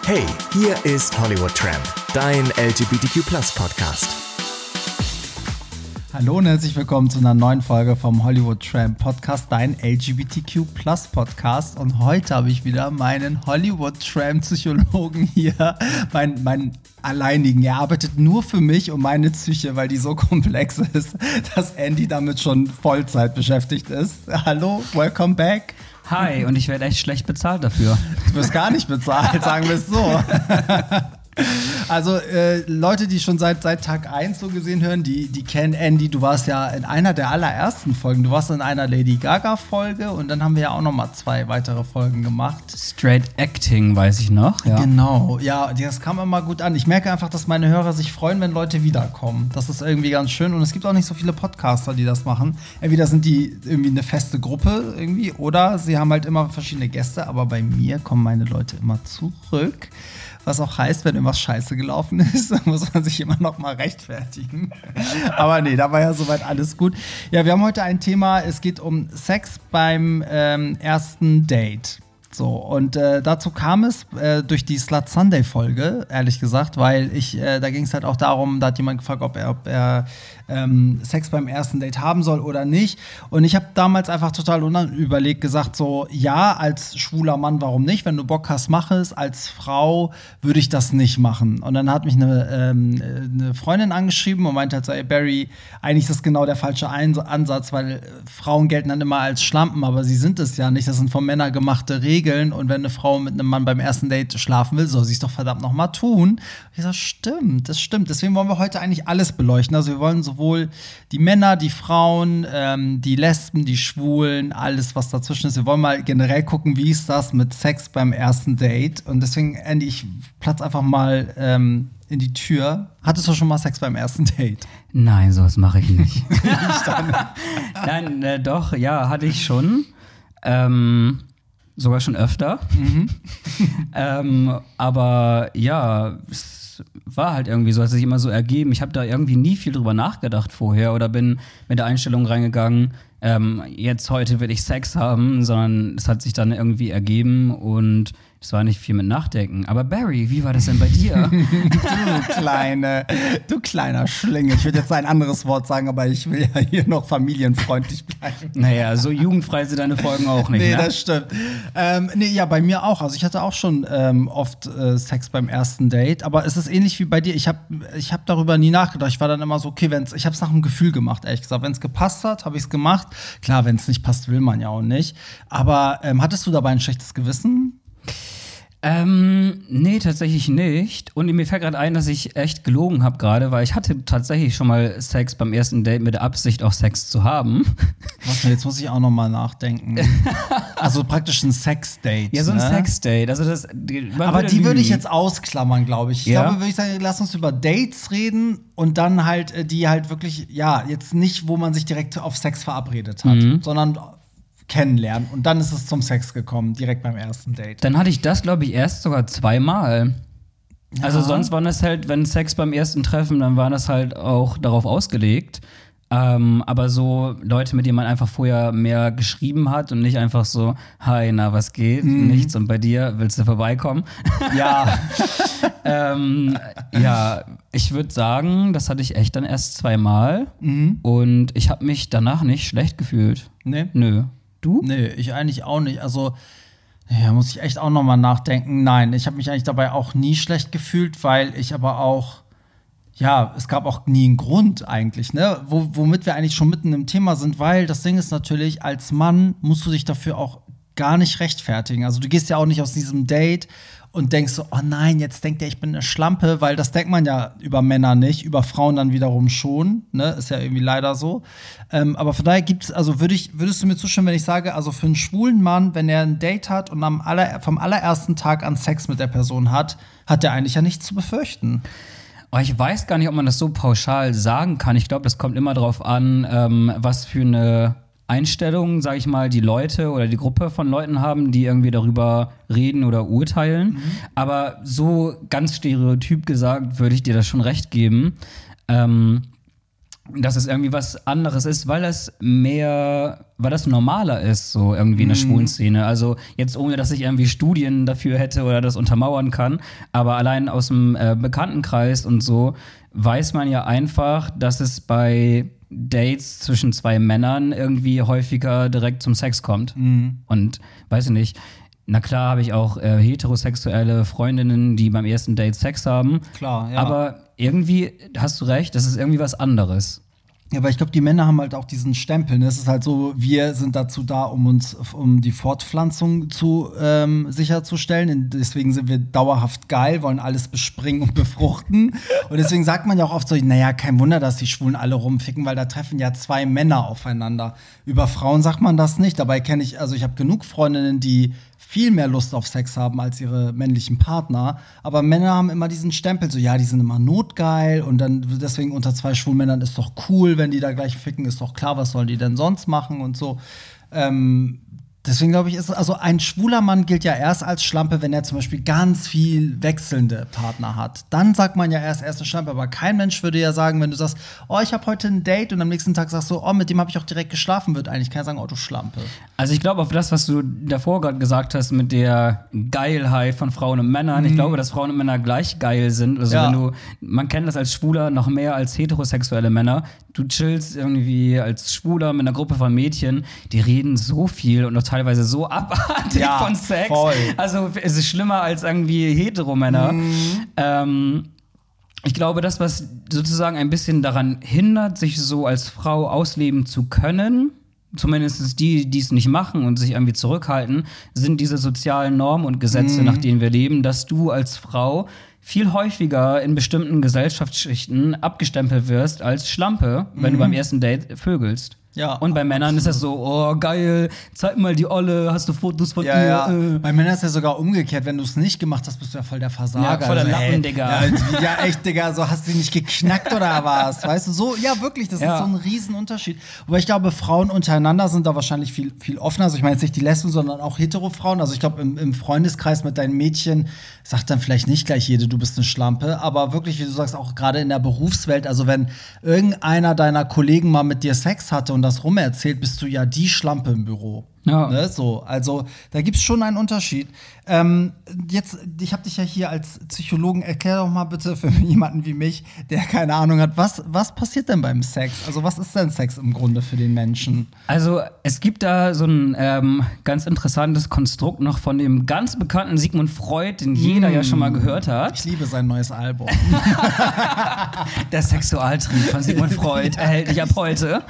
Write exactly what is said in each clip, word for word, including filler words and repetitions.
Hey, hier ist Hollywood Tramp, dein L G B T Q Plus Podcast. Hallo und herzlich willkommen zu einer neuen Folge vom Hollywood Tramp Podcast, dein L G B T Q Plus Podcast. Und heute habe ich wieder meinen Hollywood Tramp Psychologen hier, meinen mein alleinigen. Er arbeitet nur für mich und meine Psyche, weil die so komplex ist, dass Andy damit schon Vollzeit beschäftigt ist. Hallo, welcome back. Hi, und ich werde echt schlecht bezahlt dafür. Du wirst gar nicht bezahlt, sagen wir es so. Also äh, Leute, die schon seit, seit Tag eins so gesehen hören, die, die kennen Andy. Du warst ja in einer der allerersten Folgen. Du warst in einer Lady Gaga-Folge und dann haben wir ja auch noch mal zwei weitere Folgen gemacht. Straight Acting, weiß ich noch. Ja. Genau, ja, das kam immer gut an. Ich merke einfach, dass meine Hörer sich freuen, wenn Leute wiederkommen. Das ist irgendwie ganz schön und es gibt auch nicht so viele Podcaster, die das machen. Entweder sind die irgendwie eine feste Gruppe irgendwie oder sie haben halt immer verschiedene Gäste. Aber bei mir kommen meine Leute immer zurück. Was auch heißt, wenn irgendwas scheiße gelaufen ist, dann muss man sich immer noch mal rechtfertigen. Aber nee, da war ja soweit alles gut. Ja, wir haben heute ein Thema, es geht um Sex beim ähm, ersten Date. So, und äh, dazu kam es äh, durch die Slut Sunday Folge, ehrlich gesagt, weil ich, äh, da ging es halt auch darum, da hat jemand gefragt, ob er, ob er ähm, Sex beim ersten Date haben soll oder nicht. Und ich habe damals einfach total unüberlegt gesagt, so, ja, als schwuler Mann, warum nicht? Wenn du Bock hast, mach es. Als Frau würde ich das nicht machen. Und dann hat mich eine, ähm, eine Freundin angeschrieben und meinte halt so, ey, Barry, eigentlich ist das genau der falsche Ansatz, weil Frauen gelten dann immer als Schlampen, aber sie sind es ja nicht. Das sind von Männern gemachte Regeln. Und wenn eine Frau mit einem Mann beim ersten Date schlafen will, soll sie es doch verdammt noch mal tun. Und ich sage, stimmt, das stimmt. Deswegen wollen wir heute eigentlich alles beleuchten. Also wir wollen sowohl die Männer, die Frauen, ähm, die Lesben, die Schwulen, alles, was dazwischen ist. Wir wollen mal generell gucken, wie ist das mit Sex beim ersten Date. Und deswegen, Andy, ich platz einfach mal ähm, in die Tür. Hattest du schon mal Sex beim ersten Date? Nein, sowas mache ich nicht. Nein, äh, doch, ja, hatte ich schon. Ähm Sogar schon öfter. Mhm. ähm, aber ja, es war halt irgendwie so, hat sich immer so ergeben. Ich habe da irgendwie nie viel drüber nachgedacht vorher oder bin mit der Einstellung reingegangen, ähm, jetzt heute will ich Sex haben, sondern es hat sich dann irgendwie ergeben und es war nicht viel mit Nachdenken. Aber Barry, wie war das denn bei dir? Du kleine, du kleiner Schlingel. Ich würde jetzt ein anderes Wort sagen, aber ich will ja hier noch familienfreundlich bleiben. Naja, so jugendfrei sind deine Folgen auch nicht, nee, ne? Nee, das stimmt. Ähm, nee, ja, bei mir auch. Also ich hatte auch schon ähm, oft äh, Sex beim ersten Date, aber es ist ähnlich wie bei dir. Ich habe ich hab darüber nie nachgedacht. Ich war dann immer so, okay, wenn's, ich habe es nach dem Gefühl gemacht, ehrlich gesagt. Wenn es gepasst hat, habe ich es gemacht. Klar, wenn es nicht passt, will man ja auch nicht. Aber ähm, hattest du dabei ein schlechtes Gewissen? Ähm, nee, tatsächlich nicht. Und mir fällt gerade ein, dass ich echt gelogen habe gerade, weil ich hatte tatsächlich schon mal Sex beim ersten Date mit der Absicht, auch Sex zu haben. Was, jetzt muss ich auch noch mal nachdenken. Also praktisch ein Sex-Date. Ja, so ein ne? Sex-Date. Also das, die, Aber die würde ich jetzt ausklammern, glaube ich. Ich ja? glaube, würde ich sagen, lass uns über Dates reden und dann halt, die halt wirklich, ja, jetzt nicht, wo man sich direkt auf Sex verabredet hat, mhm. sondern kennenlernen. Und dann ist es zum Sex gekommen, direkt beim ersten Date. Dann hatte ich das, glaube ich, erst sogar zweimal. Ja. Also sonst war das halt, wenn Sex beim ersten Treffen, dann war das halt auch darauf ausgelegt. Ähm, aber so Leute, mit denen man einfach vorher mehr geschrieben hat und nicht einfach so, hi, na, was geht? Mhm. Nichts. Und bei dir, willst du vorbeikommen? Ja. ähm, ja, ich würde sagen, das hatte ich echt dann erst zweimal. Mhm. Und ich habe mich danach nicht schlecht gefühlt. Nee? Nö. Du? Nee, ich eigentlich auch nicht. Also, ja, muss ich echt auch noch mal nachdenken. Nein, ich habe mich eigentlich dabei auch nie schlecht gefühlt, weil ich aber auch, ja, es gab auch nie einen Grund eigentlich, ne? Wo, womit wir eigentlich schon mitten im Thema sind, weil das Ding ist natürlich, als Mann musst du dich dafür auch gar nicht rechtfertigen. Also du gehst ja auch nicht aus diesem Date und denkst so, oh nein, jetzt denkt er, ich bin eine Schlampe, weil das denkt man ja über Männer nicht, über Frauen dann wiederum schon, ne, ist ja irgendwie leider so. Ähm, aber von daher gibt's, also würd ich, würdest du mir zustimmen, wenn ich sage, also für einen schwulen Mann, wenn er ein Date hat und am aller, vom allerersten Tag an Sex mit der Person hat, hat er eigentlich ja nichts zu befürchten. Oh, ich weiß gar nicht, ob man das so pauschal sagen kann. Ich glaube, das kommt immer drauf an, ähm, was für eine Einstellungen, sage ich mal, die Leute oder die Gruppe von Leuten haben, die irgendwie darüber reden oder urteilen. Mhm. Aber so ganz stereotyp gesagt würde ich dir das schon recht geben. Ähm, dass es irgendwie was anderes ist, weil das mehr, weil das normaler ist, so irgendwie in der schwulen Szene. Also jetzt ohne, dass ich irgendwie Studien dafür hätte oder das untermauern kann, aber allein aus dem äh, Bekanntenkreis und so weiß man ja einfach, dass es bei Dates zwischen zwei Männern irgendwie häufiger direkt zum Sex kommt. Mhm. Und weiß ich nicht, na klar habe ich auch äh, heterosexuelle Freundinnen, die beim ersten Date Sex haben. Klar, ja. Aber irgendwie hast du recht, das ist irgendwie was anderes. Ja, aber ich glaube, die Männer haben halt auch diesen Stempel. Ne? Es ist halt so, wir sind dazu da, um uns, um die Fortpflanzung zu ähm, sicherzustellen. Deswegen sind wir dauerhaft geil, wollen alles bespringen und befruchten. Und deswegen sagt man ja auch oft so, naja, kein Wunder, dass die Schwulen alle rumficken, weil da treffen ja zwei Männer aufeinander. Über Frauen sagt man das nicht. Dabei kenne ich, also ich habe genug Freundinnen, die viel mehr Lust auf Sex haben als ihre männlichen Partner. Aber Männer haben immer diesen Stempel, so ja, die sind immer notgeil und dann deswegen unter zwei schwulen Männern ist doch cool, wenn die da gleich ficken, ist doch klar, was sollen die denn sonst machen und so. Ähm, deswegen glaube ich, ist also ein schwuler Mann gilt ja erst als Schlampe, wenn er zum Beispiel ganz viel wechselnde Partner hat. Dann sagt man ja erst, er ist eine Schlampe. Aber kein Mensch würde ja sagen, wenn du sagst, oh, ich habe heute ein Date und am nächsten Tag sagst du, oh, mit dem habe ich auch direkt geschlafen, wird eigentlich keiner sagen, oh, du Schlampe. Also ich glaube auf das, was du davor gerade gesagt hast mit der Geilheit von Frauen und Männern. Mhm. Ich glaube, dass Frauen und Männer gleich geil sind. Also ja. wenn du, man kennt das als Schwuler noch mehr als heterosexuelle Männer. Du chillst irgendwie als Schwuler mit einer Gruppe von Mädchen, die reden so viel und noch teilweise so abartig ja, von Sex. Voll. Also es ist schlimmer als irgendwie Heteromänner. Mhm. Ähm, ich glaube, das, was sozusagen ein bisschen daran hindert, sich so als Frau ausleben zu können, zumindest die, die es nicht machen und sich irgendwie zurückhalten, sind diese sozialen Normen und Gesetze, mm. nach denen wir leben, dass du als Frau viel häufiger in bestimmten Gesellschaftsschichten abgestempelt wirst als Schlampe, wenn mm. du beim ersten Date vögelst. Ja, und bei Männern absolut. Ist das so, oh geil, zeig mal die Olle, hast du Fotos von ja, ihr? Ja. Äh. Bei Männern ist ja sogar umgekehrt, wenn du es nicht gemacht hast, bist du ja voll der Versager. Ja, voll der also, Lappen, hey, Digga. Ja, ja, echt, Digga, so hast du nicht geknackt oder was? Weißt du, so, ja wirklich, das ja. ist so ein Riesenunterschied. Aber ich glaube, Frauen untereinander sind da wahrscheinlich viel, viel offener. Also ich meine jetzt nicht die Lesben, sondern auch Hetero-Frauen. Also ich glaube, im, im Freundeskreis mit deinen Mädchen sagt dann vielleicht nicht gleich jede, du bist eine Schlampe, aber wirklich, wie du sagst, auch gerade in der Berufswelt, also wenn irgendeiner deiner Kollegen mal mit dir Sex hatte und das rumerzählt, bist du ja die Schlampe im Büro. Ja. Ne, so, also da gibt es schon einen Unterschied. Ähm, jetzt, ich habe dich ja hier als Psychologen. Erklär doch mal bitte für jemanden wie mich, der keine Ahnung hat, was, was passiert denn beim Sex? Also was ist denn Sex im Grunde für den Menschen? Also es gibt da so ein ähm, ganz interessantes Konstrukt noch von dem ganz bekannten Sigmund Freud, den jeder mm. ja schon mal gehört hat. Ich liebe sein neues Album. Der Sexualtrieb von Sigmund Freud, erhältlich ab heute.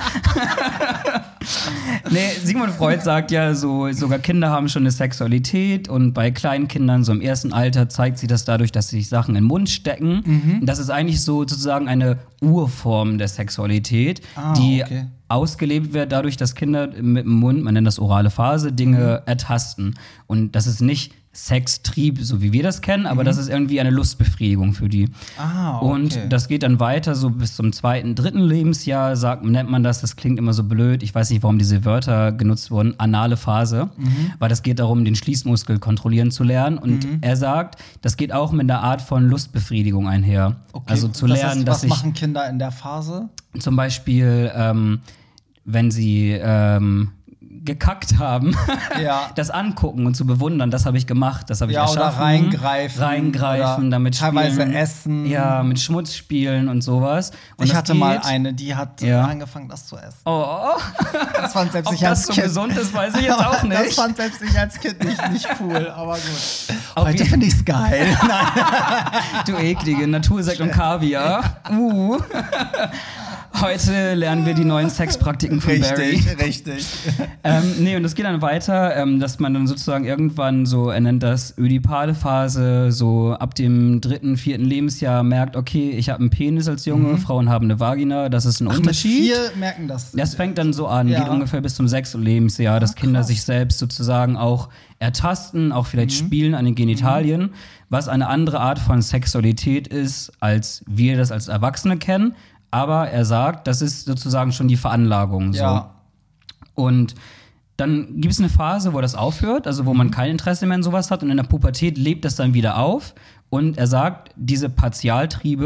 Nee, Sigmund Freud sagt ja so, sogar Kinder haben schon eine Sexualität und bei kleinen Kindern so im ersten Alter zeigt sich das dadurch, dass sie sich Sachen in den Mund stecken. Mhm. Das ist eigentlich so sozusagen eine Urform der Sexualität, ah, die okay. ausgelebt wird dadurch, dass Kinder mit dem Mund, man nennt das orale Phase, Dinge mhm. ertasten. Und das ist nicht Sextrieb, so wie wir das kennen, aber mhm. das ist irgendwie eine Lustbefriedigung für die. Ah, okay. Und das geht dann weiter, so bis zum zweiten, dritten Lebensjahr, sagt, nennt man das, das klingt immer so blöd, ich weiß nicht, warum diese Wörter genutzt wurden, anale Phase, mhm. weil das geht darum, den Schließmuskel kontrollieren zu lernen und mhm. er sagt, das geht auch mit einer Art von Lustbefriedigung einher. Okay. Also zu das lernen, heißt, dass was ich machen Kinder in der Phase? Zum Beispiel, ähm, wenn sie ähm, gekackt haben, ja. das angucken und zu bewundern, das habe ich gemacht, das habe ich ja, erschaffen. Oder reingreifen. Reingreifen, oder damit spielen. Teilweise essen. Ja, mit Schmutz spielen und sowas. Und ich hatte geht. mal eine, die hat ja. angefangen, das zu essen. Oh. Das fand selbst Ob ich als das Kind. so gesund ist, weiß ich jetzt auch nicht. Das fand selbst ich als Kind nicht, nicht cool, aber gut. Heute finde ich's geil. Du eklige, Natursekt und Kaviar. Uh. Heute lernen wir die neuen Sexpraktiken von richtig, Barry. Richtig, richtig. ähm, nee, und das geht dann weiter, ähm, dass man dann sozusagen irgendwann so, er nennt das ödipale Phase, so ab dem dritten, vierten Lebensjahr merkt, okay, ich habe einen Penis als Junge, mhm. Frauen haben eine Vagina, das ist ein Ach, Unterschied. Mit vier merken das. Das fängt dann so an, ja. geht ungefähr bis zum sechsten Lebensjahr, dass ah, Kinder sich selbst sozusagen auch ertasten, auch vielleicht mhm. spielen an den Genitalien, mhm. was eine andere Art von Sexualität ist, als wir das als Erwachsene kennen. Aber er sagt, das ist sozusagen schon die Veranlagung. So. Ja. Und dann gibt es eine Phase, wo das aufhört, also wo man kein Interesse mehr an sowas hat. Und in der Pubertät lebt das dann wieder auf. Und er sagt, diese Partialtriebe,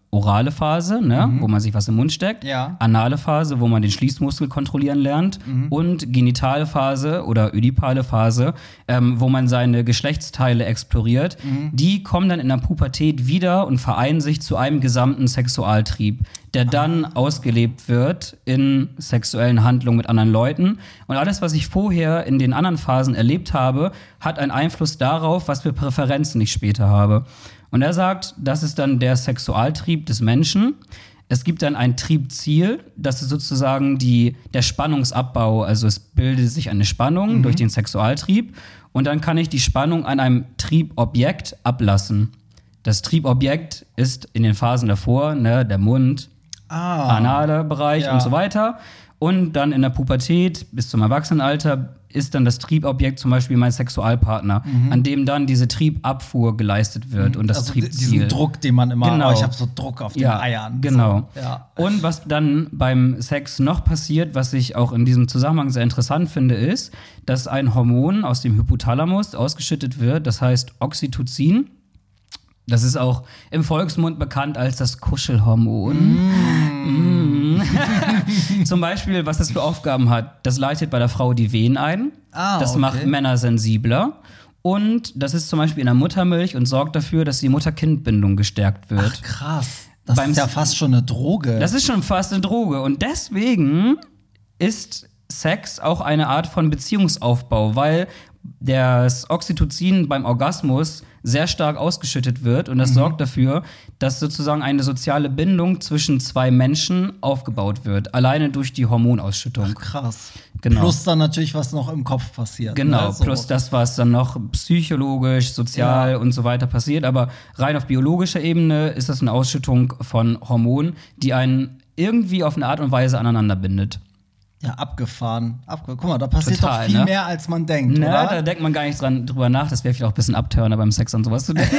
orale Phase, ne, mhm. wo man sich was im Mund steckt, ja. anale Phase, wo man den Schließmuskel kontrollieren lernt mhm. und genitale Phase oder ödipale Phase, ähm, wo man seine Geschlechtsteile exploriert. Mhm. Die kommen dann in der Pubertät wieder und vereinen sich zu einem gesamten Sexualtrieb, der dann ah. ausgelebt wird in sexuellen Handlungen mit anderen Leuten. Und alles, was ich vorher in den anderen Phasen erlebt habe, hat einen Einfluss darauf, was für Präferenzen ich später habe. Und er sagt, das ist dann der Sexualtrieb des Menschen. Es gibt dann ein Triebziel, das ist sozusagen die, der Spannungsabbau. Also es bildet sich eine Spannung mhm. durch den Sexualtrieb. Und dann kann ich die Spannung an einem Triebobjekt ablassen. Das Triebobjekt ist in den Phasen davor, ne, der Mund, ah. anale Bereich ja. und so weiter. Und dann in der Pubertät bis zum Erwachsenenalter ist dann das Triebobjekt zum Beispiel mein Sexualpartner, mhm. an dem dann diese Triebabfuhr geleistet wird mhm. und das also Triebziel. Diesen Druck, den man immer, genau. oh, ich habe so Druck auf den ja, Eiern. Genau. So. Ja. Und was dann beim Sex noch passiert, was ich auch in diesem Zusammenhang sehr interessant finde, ist, dass ein Hormon aus dem Hypothalamus ausgeschüttet wird, das heißt Oxytocin. Das ist auch im Volksmund bekannt als das Kuschelhormon. Mm. Mm. Zum Beispiel, was das für Aufgaben hat. Das leitet bei der Frau die Wehen ein. Ah, das okay. macht Männer sensibler. Und das ist zum Beispiel in der Muttermilch und sorgt dafür, dass die Mutter-Kind-Bindung gestärkt wird. Ach, krass. Das Beim ist ja fast schon eine Droge. Das ist schon fast eine Droge. Und deswegen ist Sex auch eine Art von Beziehungsaufbau, weil das Oxytocin beim Orgasmus sehr stark ausgeschüttet wird und das mhm. sorgt dafür, dass sozusagen eine soziale Bindung zwischen zwei Menschen aufgebaut wird, alleine durch die Hormonausschüttung. Ach, krass. Genau. Plus dann natürlich, was noch im Kopf passiert. Genau, ne? so. plus das, was dann noch psychologisch, sozial ja. und so weiter passiert. Aber rein auf biologischer Ebene ist das eine Ausschüttung von Hormonen, die einen irgendwie auf eine Art und Weise aneinander bindet. Ja, abgefahren. Abge Guck mal, da passiert Total, doch viel ne? mehr, als man denkt, Na, oder? Da denkt man gar nicht dran, drüber nach. Das wäre vielleicht auch ein bisschen Abturner beim Sex und sowas zu denken.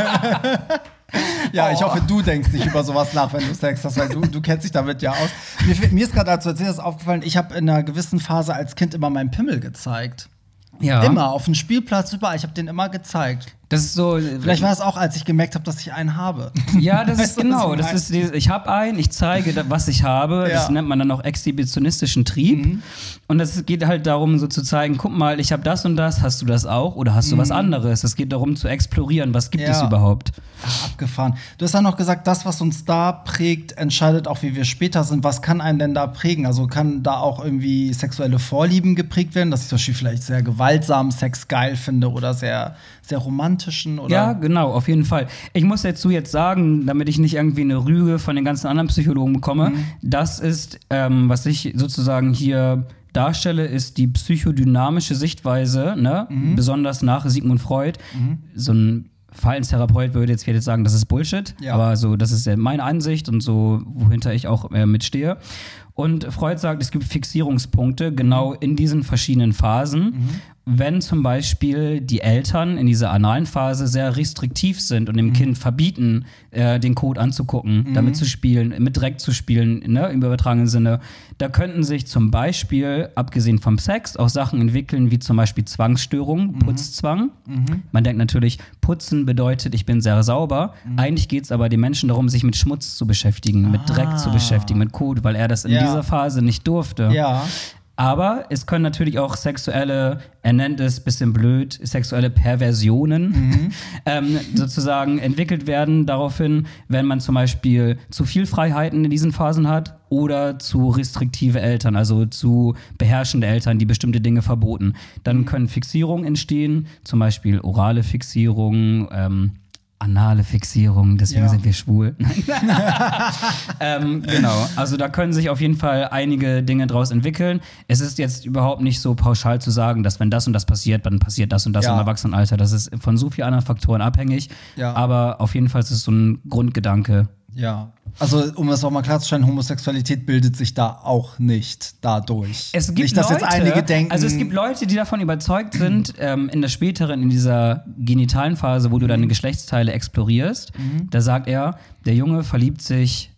Ja, ich hoffe, du denkst nicht über sowas nach, wenn du Sex hast, weil du, du kennst dich damit ja aus. Mir, mir ist gerade, als du erzählst, aufgefallen, ich habe in einer gewissen Phase als Kind immer meinen Pimmel gezeigt. Ja. Immer, auf dem Spielplatz, überall. Ich habe den immer gezeigt. Das ist so. Vielleicht war es auch, als ich gemerkt habe, dass ich einen habe. Ja, das Weißt ist du, genau. was ich Das ist dieses, ich habe einen, ich zeige, was ich habe. Ja. Das nennt man dann auch exhibitionistischen Trieb. Mhm. Und es geht halt darum, so zu zeigen, guck mal, ich habe das und das, hast du das auch oder hast du mhm. was anderes? Es geht darum zu explorieren, was gibt ja. es überhaupt? Ach, abgefahren. Du hast ja noch gesagt, das, was uns da prägt, entscheidet auch, wie wir später sind. Was kann einen denn da prägen? Also kann da auch irgendwie sexuelle Vorlieben geprägt werden, dass ich zum Beispiel vielleicht sehr gewaltsamen Sex geil finde oder sehr, sehr romantischen? Oder? Ja, genau, auf jeden Fall. Ich muss dazu jetzt sagen, damit ich nicht irgendwie eine Rüge von den ganzen anderen Psychologen bekomme, mhm. das ist, ähm, was ich sozusagen hier darstelle, ist die psychodynamische Sichtweise, ne? Mhm. Besonders nach Sigmund Freud. Mhm. So ein Verhaltenstherapeut würde jetzt vielleicht sagen, das ist Bullshit, ja. aber so, das ist ja meine Ansicht und so, wohinter ich auch äh, mitstehe. Und Freud sagt, es gibt Fixierungspunkte genau in diesen verschiedenen Phasen. Mhm. Wenn zum Beispiel die Eltern in dieser analen Phase sehr restriktiv sind und dem mhm. Kind verbieten, äh, den Code anzugucken, mhm. damit zu spielen, mit Dreck zu spielen, ne, im übertragenen Sinne, da könnten sich zum Beispiel, abgesehen vom Sex, auch Sachen entwickeln, wie zum Beispiel Zwangsstörungen, mhm. Putzzwang. Mhm. Man denkt natürlich, Putzen bedeutet, ich bin sehr sauber. Mhm. Eigentlich geht es aber den Menschen darum, sich mit Schmutz zu beschäftigen, ah. mit Dreck zu beschäftigen, mit Code, weil er das in ja. dieser Phase nicht durfte. Ja. Aber es können natürlich auch sexuelle, er nennt es ein bisschen blöd, sexuelle Perversionen mhm. ähm, sozusagen entwickelt werden daraufhin, wenn man zum Beispiel zu viel Freiheiten in diesen Phasen hat oder zu restriktive Eltern, also zu beherrschende Eltern, die bestimmte Dinge verboten. Dann mhm. können Fixierungen entstehen, zum Beispiel orale Fixierungen, ähm, anale Fixierung, deswegen ja. sind wir schwul. ähm, genau, also da können sich auf jeden Fall einige Dinge draus entwickeln. Es ist jetzt überhaupt nicht so pauschal zu sagen, dass wenn das und das passiert, dann passiert das und das ja. im Erwachsenenalter. Das ist von so vielen anderen Faktoren abhängig. Ja. Aber auf jeden Fall ist es so ein Grundgedanke. Ja, also um es auch mal klarzustellen, Homosexualität bildet sich da auch nicht dadurch. Es gibt nicht, dass Leute, jetzt einige denken. Also es gibt Leute, die davon überzeugt sind, ähm, in der späteren, in dieser genitalen Phase, wo du deine Geschlechtsteile explorierst, mhm. da sagt er, der Junge verliebt sich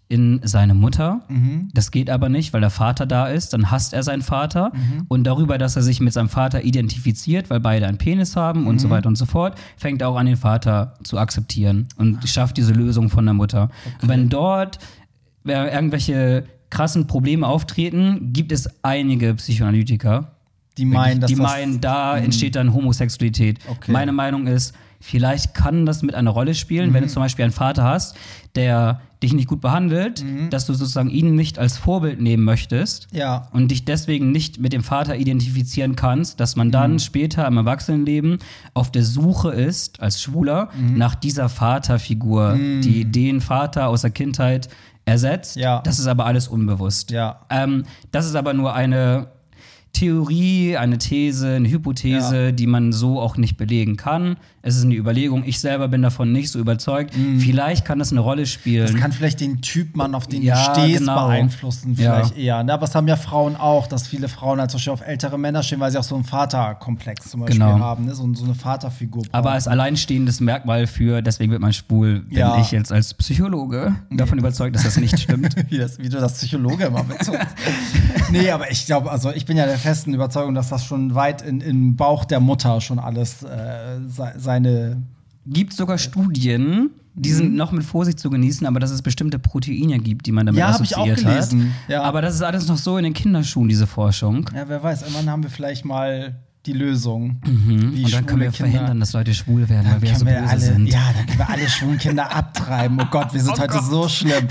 in seine Mutter. Mhm. Das geht aber nicht, weil der Vater da ist. Dann hasst er seinen Vater. Mhm. Und darüber, dass er sich mit seinem Vater identifiziert, weil beide einen Penis haben und Mhm. so weiter und so fort, fängt er auch an, den Vater zu akzeptieren und schafft diese Lösung von der Mutter. Okay. Und wenn dort irgendwelche krassen Probleme auftreten, gibt es einige Psychoanalytiker, Die meinen, dass die das meinen, da Mhm. entsteht dann Homosexualität. Okay. Meine Meinung ist, vielleicht kann das mit einer Rolle spielen, Mhm. wenn du zum Beispiel einen Vater hast, der dich nicht gut behandelt, Mhm. dass du sozusagen ihn nicht als Vorbild nehmen möchtest Ja. und dich deswegen nicht mit dem Vater identifizieren kannst, dass man dann Mhm. später im Erwachsenenleben auf der Suche ist, als Schwuler, Mhm. nach dieser Vaterfigur, Mhm. die den Vater aus der Kindheit ersetzt. Ja. Das ist aber alles unbewusst. Ja. Ähm, das ist aber nur eine Theorie, eine These, eine Hypothese, Ja. die man so auch nicht belegen kann. Es ist eine Überlegung. Ich selber bin davon nicht so überzeugt. Mhm. Vielleicht kann das eine Rolle spielen. Das kann vielleicht den Typ Mann, auf den Ja, du stehst, genau. beeinflussen Ja. vielleicht eher. Ne? Aber das haben ja Frauen auch, dass viele Frauen halt zum Beispiel auf ältere Männer stehen, weil sie auch so einen Vaterkomplex zum Beispiel Genau. haben, ne? so, so eine Vaterfigur brauchen. aber als alleinstehendes Merkmal für, deswegen wird man schwul, bin Ja. ich jetzt als Psychologe davon überzeugt, dass das nicht stimmt. wie, das, wie du das Psychologe immer betonst. Nee, aber ich glaube, also ich bin ja der festen Überzeugung, dass das schon weit in, im Bauch der Mutter schon alles äh, se seine. Gibt sogar Studien, die sind noch mit Vorsicht zu genießen, aber dass es bestimmte Proteine gibt, die man damit Ja, hab ich auch assoziiert gelesen. hat. Ja. Aber das ist alles noch so in den Kinderschuhen, diese Forschung. Ja, wer weiß, irgendwann haben wir vielleicht mal die Lösung. Mhm. Wie Und dann können wir schwule Kinder- verhindern, dass Leute schwul werden, weil wir ja so können wir böse alle, sind. Ja, dann können wir alle schwulen Kinder abtreiben. Oh Gott, wir sind Oh heute Gott. so schlimm.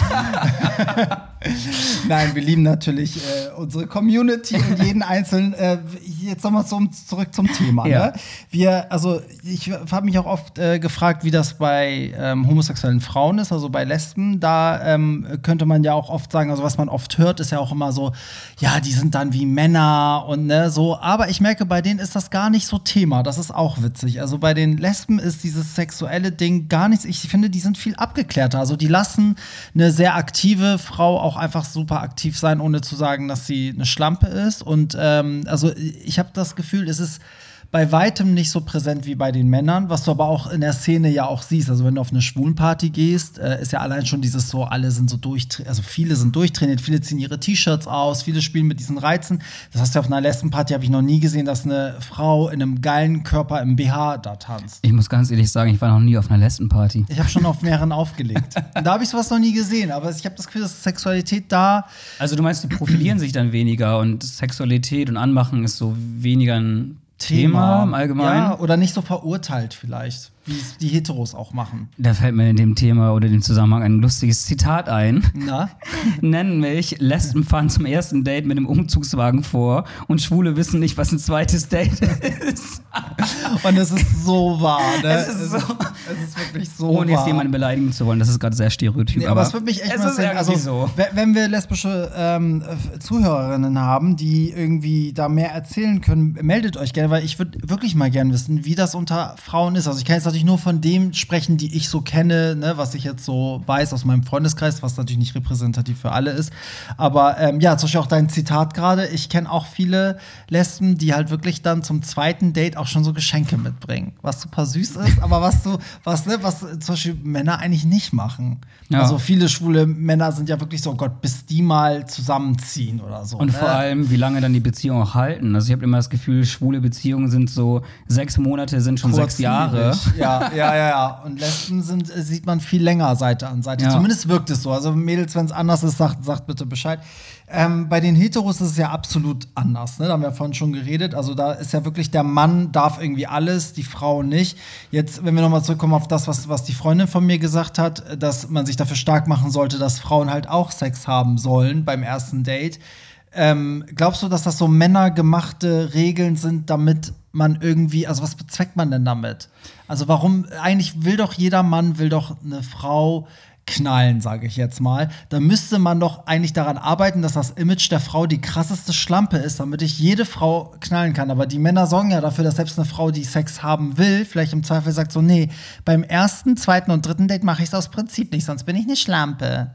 Nein, wir lieben natürlich äh, unsere Community und jeden einzelnen. Äh, jetzt nochmal zum, zurück zum Thema. Ja. Ne? Wir, also ich habe mich auch oft äh, gefragt, wie das bei ähm, homosexuellen Frauen ist, also bei Lesben. Da ähm, könnte man ja auch oft sagen, also was man oft hört, ist ja auch immer so, ja, die sind dann wie Männer und ne, so. Aber ich merke, bei denen ist das gar nicht so Thema. Das ist auch witzig. Also bei den Lesben ist dieses sexuelle Ding gar nichts. Ich finde, die sind viel abgeklärter. Also die lassen eine sehr aktive Frau auch einfach super aktiv sein, ohne zu sagen, dass sie eine Schlampe ist. Und ähm, also ich habe das Gefühl, es ist bei weitem nicht so präsent wie bei den Männern, was du aber auch in der Szene ja auch siehst. Also wenn du auf eine Schwulenparty gehst, äh, ist ja allein schon dieses so, alle sind so durchtrainiert, also viele sind durchtrainiert, viele ziehen ihre T-Shirts aus, viele spielen mit diesen Reizen. Das heißt, auf einer Lesbenparty habe ich noch nie gesehen, dass eine Frau in einem geilen Körper im B H da tanzt. Ich muss ganz ehrlich sagen, ich war noch nie auf einer Lesbenparty. Ich habe schon auf mehreren aufgelegt. Da habe ich sowas noch nie gesehen, aber ich habe das Gefühl, dass Sexualität da. Also du meinst, die profilieren sich dann weniger und Sexualität und Anmachen ist so weniger ein Thema im Allgemeinen? Ja, oder nicht so verurteilt vielleicht, wie es die Heteros auch machen. Da fällt mir in dem Thema oder dem Zusammenhang ein lustiges Zitat ein. Na? Nennen mich, Lesben fahren zum ersten Date mit dem Umzugswagen vor und Schwule wissen nicht, was ein zweites Date ist. Und es ist so wahr, ne? Es ist so- es ist wirklich so Ohne jetzt wahr. jemanden beleidigen zu wollen, das ist gerade sehr stereotyp. Nee, aber es würde mich echt es mal ist interessieren. irgendwie Also, so. we- wenn wir lesbische ähm, äh, Zuhörerinnen haben, die irgendwie da mehr erzählen können, meldet euch gerne, weil ich würde wirklich mal gerne wissen, wie das unter Frauen ist. Also ich kann jetzt natürlich nur von dem sprechen, die ich so kenne, ne, was ich jetzt so weiß aus meinem Freundeskreis, was natürlich nicht repräsentativ für alle ist. Aber ähm, ja, zum Beispiel auch dein Zitat gerade. Ich kenne auch viele Lesben, die halt wirklich dann zum zweiten Date auch schon so Geschenke mitbringen, was super süß ist, aber was du, was, ne, was zum Beispiel Männer eigentlich nicht machen. Ja. Also viele schwule Männer sind ja wirklich so, oh Gott, bis die mal zusammenziehen oder so. Und ne? vor allem, wie lange dann die Beziehungen auch halten. Also ich habe immer das Gefühl, schwule Beziehungen sind so sechs Monate, sind schon sechs Jahre. Kurzlebig. Ja, ja, ja, ja. Und Lesben sind, äh, sieht man viel länger Seite an Seite. Ja. Zumindest wirkt es so. Also Mädels, wenn es anders ist, sagt, sagt bitte Bescheid. Ähm, bei den Heteros ist es ja absolut anders. Ne? Da haben wir vorhin schon geredet. Also da ist ja wirklich, der Mann darf irgendwie alles, die Frau nicht. Jetzt, wenn wir nochmal zurückkommen auf das, was, was die Freundin von mir gesagt hat, dass man sich dafür stark machen sollte, dass Frauen halt auch Sex haben sollen beim ersten Date. Ähm, glaubst du, dass das so männergemachte Regeln sind, damit man irgendwie, also was bezweckt man denn damit? Also warum, eigentlich will doch jeder Mann, will doch eine Frau knallen, sage ich jetzt mal. Da müsste man doch eigentlich daran arbeiten, dass das Image der Frau die krasseste Schlampe ist, damit ich jede Frau knallen kann. Aber die Männer sorgen ja dafür, dass selbst eine Frau, die Sex haben will, vielleicht im Zweifel sagt so, nee, beim ersten, zweiten und dritten Date mache ich es aus Prinzip nicht, sonst bin ich eine Schlampe.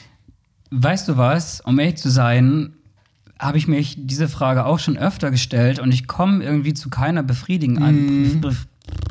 Weißt du was, um ehrlich zu sein, habe ich mich diese Frage auch schon öfter gestellt und ich komme irgendwie zu keiner befriedigenden Mhm. Bef-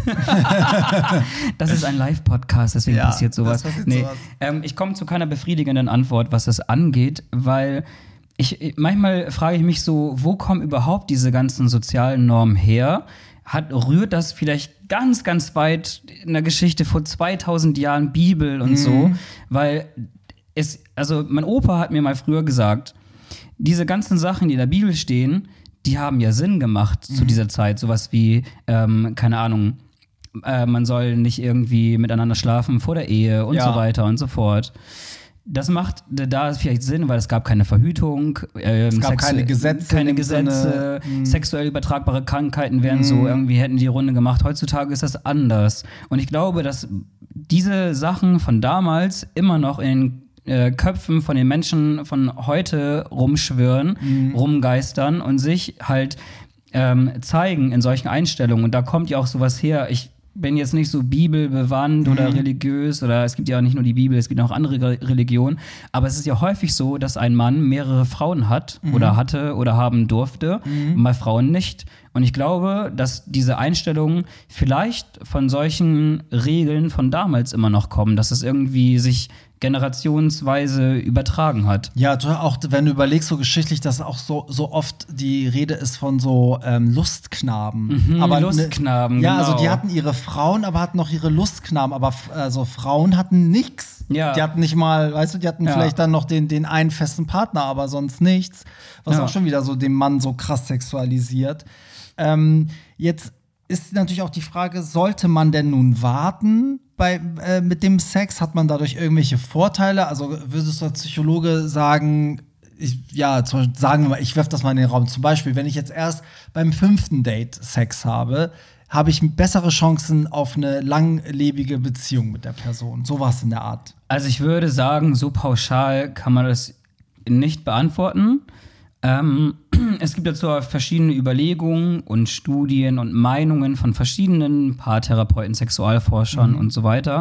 Das ist ein Live-Podcast, deswegen Ja, passiert sowas. das passiert nee, sowas. Ähm, ich komme zu keiner befriedigenden Antwort, was das angeht, weil ich manchmal frage ich mich so, wo kommen überhaupt diese ganzen sozialen Normen her? Hat, rührt das vielleicht ganz, ganz weit in der Geschichte vor zweitausend Jahren Bibel und mhm. so? Weil es, also mein Opa hat mir mal früher gesagt, diese ganzen Sachen, die in der Bibel stehen, die haben ja Sinn gemacht mhm. zu dieser Zeit. Sowas wie, ähm, keine Ahnung, äh, man soll nicht irgendwie miteinander schlafen vor der Ehe und ja. so weiter und so fort. Das macht da vielleicht Sinn, weil es gab keine Verhütung, ähm, es gab Sex- keine Gesetze, keine Gesetze, Sinne, sexuell übertragbare Krankheiten wären mm. so irgendwie hätten die Runde gemacht. Heutzutage ist das anders. Und ich glaube, dass diese Sachen von damals immer noch in äh, Köpfen von den Menschen von heute rumschwirren, mm. rumgeistern und sich halt ähm, zeigen in solchen Einstellungen. Und da kommt ja auch sowas her. Ich bin jetzt nicht so bibelbewandt mhm. oder religiös oder es gibt ja auch nicht nur die Bibel, es gibt auch andere Re- Religionen, aber es ist ja häufig so, dass ein Mann mehrere Frauen hat mhm. oder hatte oder haben durfte, mhm. mal Frauen nicht. Und ich glaube, dass diese Einstellungen vielleicht von solchen Regeln von damals immer noch kommen, dass es irgendwie sich generationsweise übertragen hat. Ja, auch wenn du überlegst, so geschichtlich, dass auch so, so oft die Rede ist von so ähm, Lustknaben. Mhm, aber Lustknaben, ne, ja, genau. also die hatten ihre Frauen, aber hatten noch ihre Lustknaben. Aber also Frauen hatten nichts. Ja. Die hatten nicht mal, weißt du, die hatten ja. vielleicht dann noch den, den einen festen Partner, aber sonst nichts. Was ja. auch schon wieder so den Mann so krass sexualisiert. Ähm, jetzt ist natürlich auch die Frage, sollte man denn nun warten bei, äh, mit dem Sex? Hat man dadurch irgendwelche Vorteile? Also würdest du als Psychologe sagen, ich, ja, zum Beispiel, sagen wir mal, ich werfe das mal in den Raum. Zum Beispiel, wenn ich jetzt erst beim fünften Date Sex habe, habe ich bessere Chancen auf eine langlebige Beziehung mit der Person. Sowas in der Art. Also ich würde sagen, so pauschal kann man das nicht beantworten. Ähm, es gibt dazu verschiedene Überlegungen und Studien und Meinungen von verschiedenen Paartherapeuten, Sexualforschern mhm. und so weiter.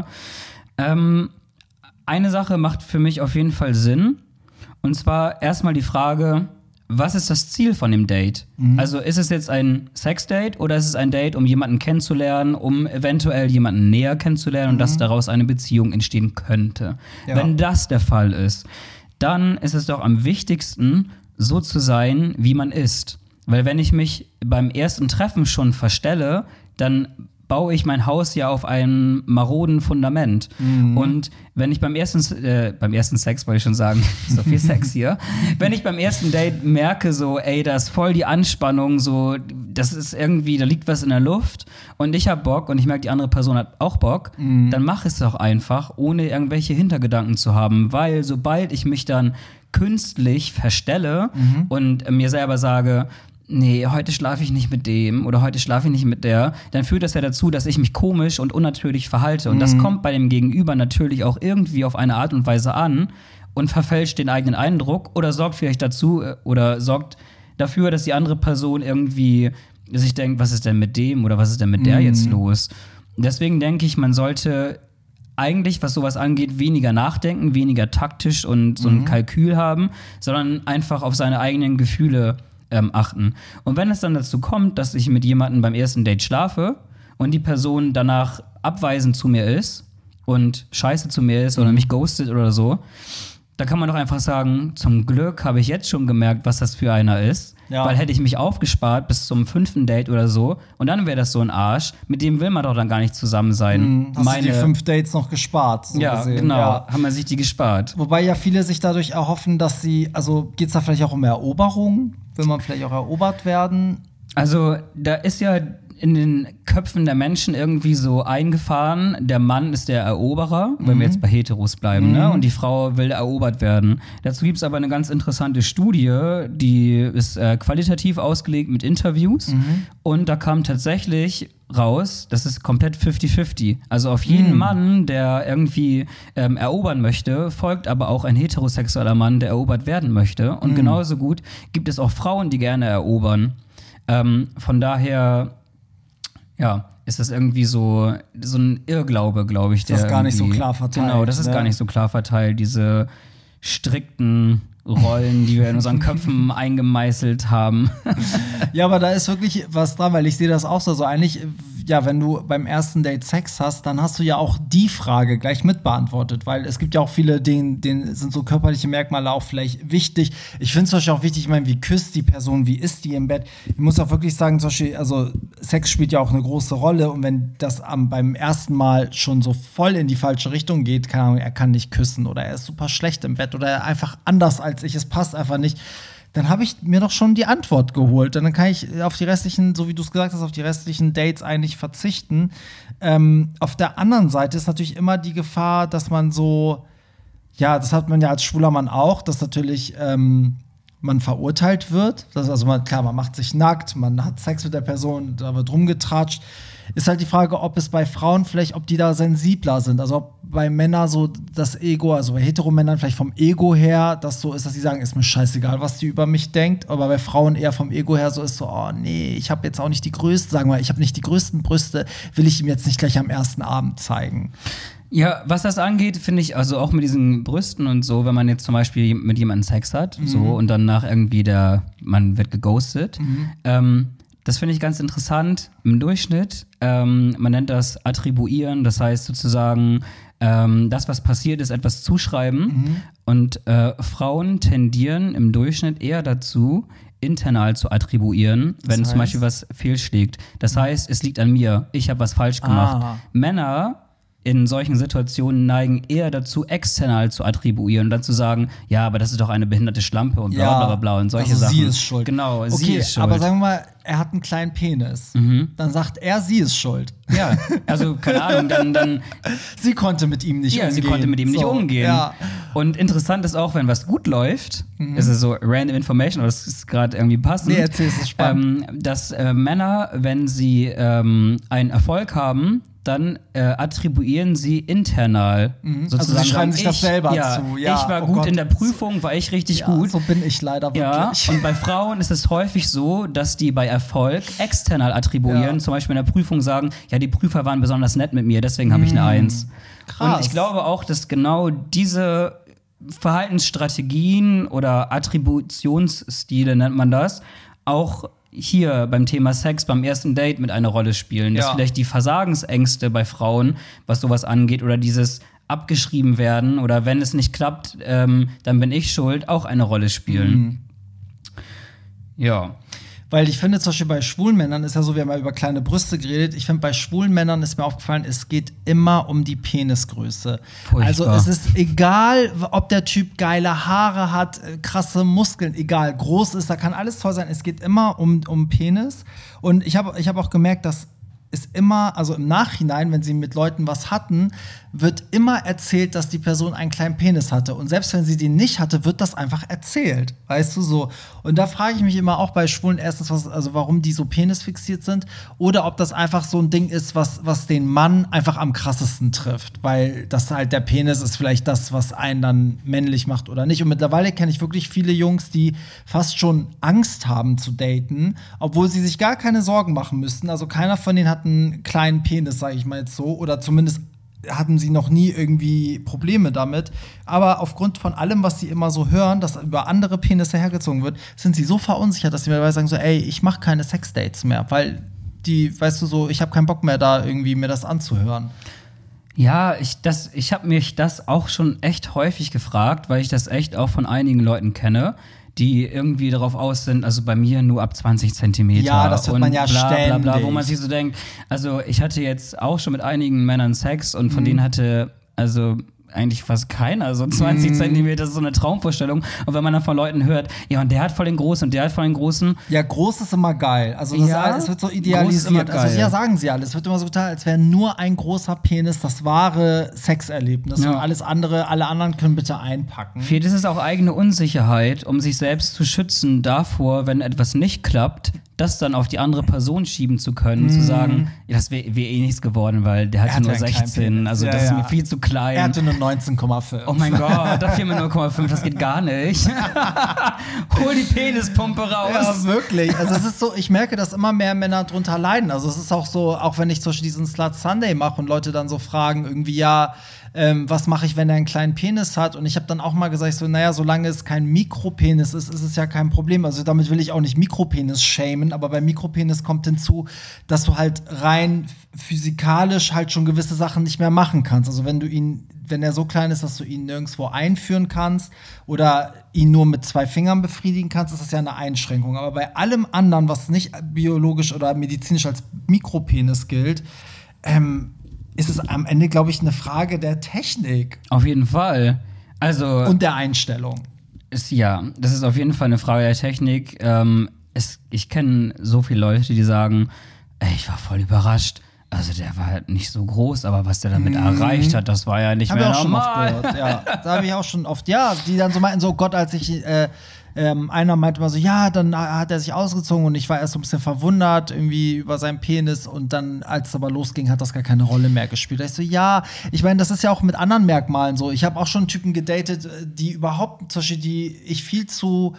Ähm, eine Sache macht für mich auf jeden Fall Sinn. Und zwar erstmal die Frage, was ist das Ziel von dem Date? Mhm. Also ist es jetzt ein Sexdate oder ist es ein Date, um jemanden kennenzulernen, um eventuell jemanden näher kennenzulernen und mhm. dass daraus eine Beziehung entstehen könnte? Ja. Wenn das der Fall ist, dann ist es doch am wichtigsten, so zu sein, wie man ist. Weil wenn ich mich beim ersten Treffen schon verstelle, dann baue ich mein Haus ja auf einem maroden Fundament. Mhm. Und wenn ich beim ersten, äh, beim ersten Sex, wollte ich schon sagen, so viel Sex hier, wenn ich beim ersten Date merke, so, ey, da ist voll die Anspannung, so, das ist irgendwie, da liegt was in der Luft und ich hab Bock und ich merke, die andere Person hat auch Bock, mhm. dann mach es doch einfach, ohne irgendwelche Hintergedanken zu haben, weil sobald ich mich dann künstlich verstelle mhm. und mir selber sage, nee, heute schlafe ich nicht mit dem oder heute schlafe ich nicht mit der, dann führt das ja dazu, dass ich mich komisch und unnatürlich verhalte. Und mhm. das kommt bei dem Gegenüber natürlich auch irgendwie auf eine Art und Weise an und verfälscht den eigenen Eindruck oder sorgt vielleicht dazu oder sorgt dafür, dass die andere Person irgendwie sich denkt, was ist denn mit dem oder was ist denn mit der mhm. jetzt los? Deswegen denke ich, man sollte eigentlich, was sowas angeht, weniger nachdenken, weniger taktisch und so ein mhm. Kalkül haben, sondern einfach auf seine eigenen Gefühle ähm, achten. Und wenn es dann dazu kommt, dass ich mit jemandem beim ersten Date schlafe und die Person danach abweisend zu mir ist und scheiße zu mir ist oder mich ghostet oder so, da kann man doch einfach sagen, zum Glück habe ich jetzt schon gemerkt, was das für einer ist. Ja. Weil hätte ich mich aufgespart bis zum fünften Date oder so und dann wäre das so ein Arsch, mit dem will man doch dann gar nicht zusammen sein. Mhm. Hast Meine, du die fünf Dates noch gespart? So ja, gesehen. genau, ja. haben wir sich die gespart. Wobei ja viele sich dadurch erhoffen, dass sie, also geht es da vielleicht auch um Eroberung? Will man vielleicht auch erobert werden? Also da ist ja in den Köpfen der Menschen irgendwie so eingefahren, der Mann ist der Eroberer, mhm. wenn wir jetzt bei Heteros bleiben, mhm. ne? Und die Frau will erobert werden. Dazu gibt es aber eine ganz interessante Studie, die ist äh, qualitativ ausgelegt mit Interviews mhm. und da kam tatsächlich raus, das ist komplett fifty fifty. Also auf jeden mhm. Mann, der irgendwie ähm, erobern möchte, folgt aber auch ein heterosexueller Mann, der erobert werden möchte. Und mhm. genauso gut gibt es auch Frauen, die gerne erobern. Ähm, von daher ja, ist das irgendwie so, so ein Irrglaube, glaube ich. Das ist gar nicht so klar verteilt. Genau, das ist ne? gar nicht so klar verteilt, diese strikten Rollen, die wir in unseren Köpfen eingemeißelt haben. Ja, aber da ist wirklich was dran, weil ich sehe das auch so. So eigentlich, ja, wenn du beim ersten Date Sex hast, dann hast du ja auch die Frage gleich mitbeantwortet, weil es gibt ja auch viele, denen, denen sind so körperliche Merkmale auch vielleicht wichtig. Ich finde es zum Beispiel auch wichtig, ich meine, wie küsst die Person, wie ist die im Bett? Ich muss auch wirklich sagen, zum Beispiel, also Sex spielt ja auch eine große Rolle und wenn das am, beim ersten Mal schon so voll in die falsche Richtung geht, keine Ahnung, er kann nicht küssen oder er ist super schlecht im Bett oder er einfach anders als ich, es passt einfach nicht, dann habe ich mir doch schon die Antwort geholt. Und dann kann ich auf die restlichen, so wie du es gesagt hast, auf die restlichen Dates eigentlich verzichten. Ähm, auf der anderen Seite ist natürlich immer die Gefahr, dass man so, ja, das hat man ja als schwuler Mann auch, dass natürlich ähm, man verurteilt wird. Das, also man, klar, man macht sich nackt, man hat Sex mit der Person, da wird rumgetratscht. Ist halt die Frage, ob es bei Frauen vielleicht, ob die da sensibler sind. Also ob bei Männern so das Ego, also bei Heteromännern vielleicht vom Ego her, das so ist, dass sie sagen, ist mir scheißegal, was die über mich denkt. Aber bei Frauen eher vom Ego her so ist so, oh nee, ich habe jetzt auch nicht die größten, sagen wir, ich habe nicht die größten Brüste, will ich ihm jetzt nicht gleich am ersten Abend zeigen. Ja, was das angeht, finde ich, also auch mit diesen Brüsten und so, wenn man jetzt zum Beispiel mit jemandem Sex hat, mhm. so, und dann nach irgendwie der, man wird geghostet, mhm. ähm, das finde ich ganz interessant im Durchschnitt. Ähm, man nennt das Attribuieren, das heißt sozusagen, ähm, das, was passiert ist, etwas zuschreiben. Mhm. Und äh, Frauen tendieren im Durchschnitt eher dazu, internal zu attribuieren, das wenn heißt? zum Beispiel was fehlschlägt. Das heißt, es liegt an mir, ich habe was falsch gemacht. Ah. Männer in solchen Situationen neigen eher dazu, external zu attribuieren und dann zu sagen, ja, aber das ist doch eine behinderte Schlampe und bla ja, bla bla bla und solche also Sachen. Sie ist schuld. Genau, okay, sie ist schuld. Aber sagen wir mal, er hat einen kleinen Penis. Mhm. Dann sagt er, sie ist schuld. Ja, also keine Ahnung, dann, dann sie konnte mit ihm nicht ja, umgehen. sie konnte mit ihm so, nicht umgehen. Ja. Und interessant ist auch, wenn was gut läuft, mhm. ist es so random information, aber das ist gerade irgendwie passend. Nee, erzähl, es ist spannend. Ähm, dass äh, Männer, wenn sie ähm, einen Erfolg haben, dann äh, attribuieren sie internal. Mhm. Sozusagen. Also sie schreiben sich das selber ja, zu. Ja, ich war oh gut Gott. in der Prüfung, war ich richtig ja, gut. So bin ich leider wirklich. Ja, und bei Frauen ist es häufig so, dass die bei Erfolg external attribuieren. Ja. Zum Beispiel in der Prüfung sagen, ja, die Prüfer waren besonders nett mit mir, deswegen habe ich eine Eins. Krass. Und ich glaube auch, dass genau diese Verhaltensstrategien oder Attributionsstile nennt man das, auch hier beim Thema Sex, beim ersten Date mit einer Rolle spielen. Dass ja. vielleicht die Versagensängste bei Frauen, was sowas angeht, oder dieses abgeschrieben werden oder wenn es nicht klappt, ähm, dann bin ich schuld, auch eine Rolle spielen. Mhm. Ja. Weil ich finde, zum Beispiel bei schwulen Männern ist ja so, wir haben ja über kleine Brüste geredet. Ich finde, bei schwulen Männern ist mir aufgefallen, es geht immer um die Penisgröße. Furchtbar. Also es ist egal, ob der Typ geile Haare hat, krasse Muskeln, egal, groß ist, da kann alles toll sein. Es geht immer um, um Penis. Und ich habe ich hab auch gemerkt, dass ist immer, also im Nachhinein, wenn sie mit Leuten was hatten, wird immer erzählt, dass die Person einen kleinen Penis hatte. Und selbst wenn sie den nicht hatte, wird das einfach erzählt. Weißt du so? Und da frage ich mich immer auch bei Schwulen erstens, was, also warum die so penisfixiert sind. Oder ob das einfach so ein Ding ist, was, was den Mann einfach am krassesten trifft. Weil das halt der Penis ist vielleicht das, was einen dann männlich macht oder nicht. Und mittlerweile kenne ich wirklich viele Jungs, die fast schon Angst haben zu daten, obwohl sie sich gar keine Sorgen machen müssten. Also keiner von denen hat einen kleinen Penis, sage ich mal jetzt so. Oder zumindest hatten sie noch nie irgendwie Probleme damit. Aber aufgrund von allem, was sie immer so hören, dass über andere Penisse hergezogen wird, sind sie so verunsichert, dass sie mittlerweile sagen so, ey, ich mache keine Sexdates mehr, weil die, weißt du so, ich habe keinen Bock mehr da irgendwie mir das anzuhören. Ja, ich, das, ich habe mich das auch schon echt häufig gefragt, weil ich das echt auch von einigen Leuten kenne, die irgendwie darauf aus sind, also bei mir nur ab zwanzig Zentimeter. Ja, das hört man ja bla, ständig. Bla, bla, wo man sich so denkt, also ich hatte jetzt auch schon mit einigen Männern Sex und von mhm. denen hatte, also eigentlich fast keiner, so zwanzig mm. Zentimeter, das ist so eine Traumvorstellung. Und wenn man dann von Leuten hört, ja, und der hat voll den Großen und der hat voll den Großen. Ja, groß ist immer geil. Also das ja, ist, es wird so idealisiert. Also ja, sagen sie alle. Es wird immer so getan, als wäre nur ein großer Penis das wahre Sexerlebnis. Ja. Und alles andere, alle anderen können bitte einpacken. Vielleicht ist es auch eigene Unsicherheit, um sich selbst zu schützen davor, wenn etwas nicht klappt, das dann auf die andere Person schieben zu können, mm. zu sagen, ja, das wäre wär eh nichts geworden, weil der hatte, hatte nur sechzehn, also ja, das ist ja. mir viel zu klein. Er hatte nur neunzehn Komma fünf. Oh mein Gott, da fehlen mir null Komma fünf, das geht gar nicht. Hol die Penispumpe raus. Ja, wirklich. Also es ist so, ich merke, dass immer mehr Männer drunter leiden. Also es ist auch so, auch wenn ich zum Beispiel diesen Slut Sunday mache und Leute dann so fragen, irgendwie, ja, Ähm, was mache ich, wenn er einen kleinen Penis hat? Und ich habe dann auch mal gesagt, so, naja, solange es kein Mikropenis ist, ist es ja kein Problem. Also damit will ich auch nicht Mikropenis shamen. können. Aber beim Mikropenis kommt hinzu, dass du halt rein physikalisch halt schon gewisse Sachen nicht mehr machen kannst. Also wenn du ihn, wenn er so klein ist, dass du ihn nirgendwo einführen kannst oder ihn nur mit zwei Fingern befriedigen kannst, ist das ja eine Einschränkung. Aber bei allem anderen, was nicht biologisch oder medizinisch als Mikropenis gilt, ähm, ist es am Ende, glaube ich, eine Frage der Technik. Auf jeden Fall. Also und der Einstellung. Ist, ja, das ist auf jeden Fall eine Frage der Technik. Ähm, es, ich kenne so viele Leute, die sagen, ey, ich war voll überrascht. Also der war halt nicht so groß, aber was der damit mhm. erreicht hat, das war ja nicht hab mehr ich auch normal. Schon oft gehört, ja. Da habe ich auch schon oft, ja, die dann so meinten, so Gott, als ich, äh, ähm, einer meinte mal so, ja, dann hat er sich ausgezogen und ich war erst so ein bisschen verwundert irgendwie über seinen Penis und dann, als es aber losging, hat das gar keine Rolle mehr gespielt. Da ich so, ja, ich meine, das ist ja auch mit anderen Merkmalen so. Ich habe auch schon Typen gedatet, die überhaupt, zum Beispiel, die ich viel zu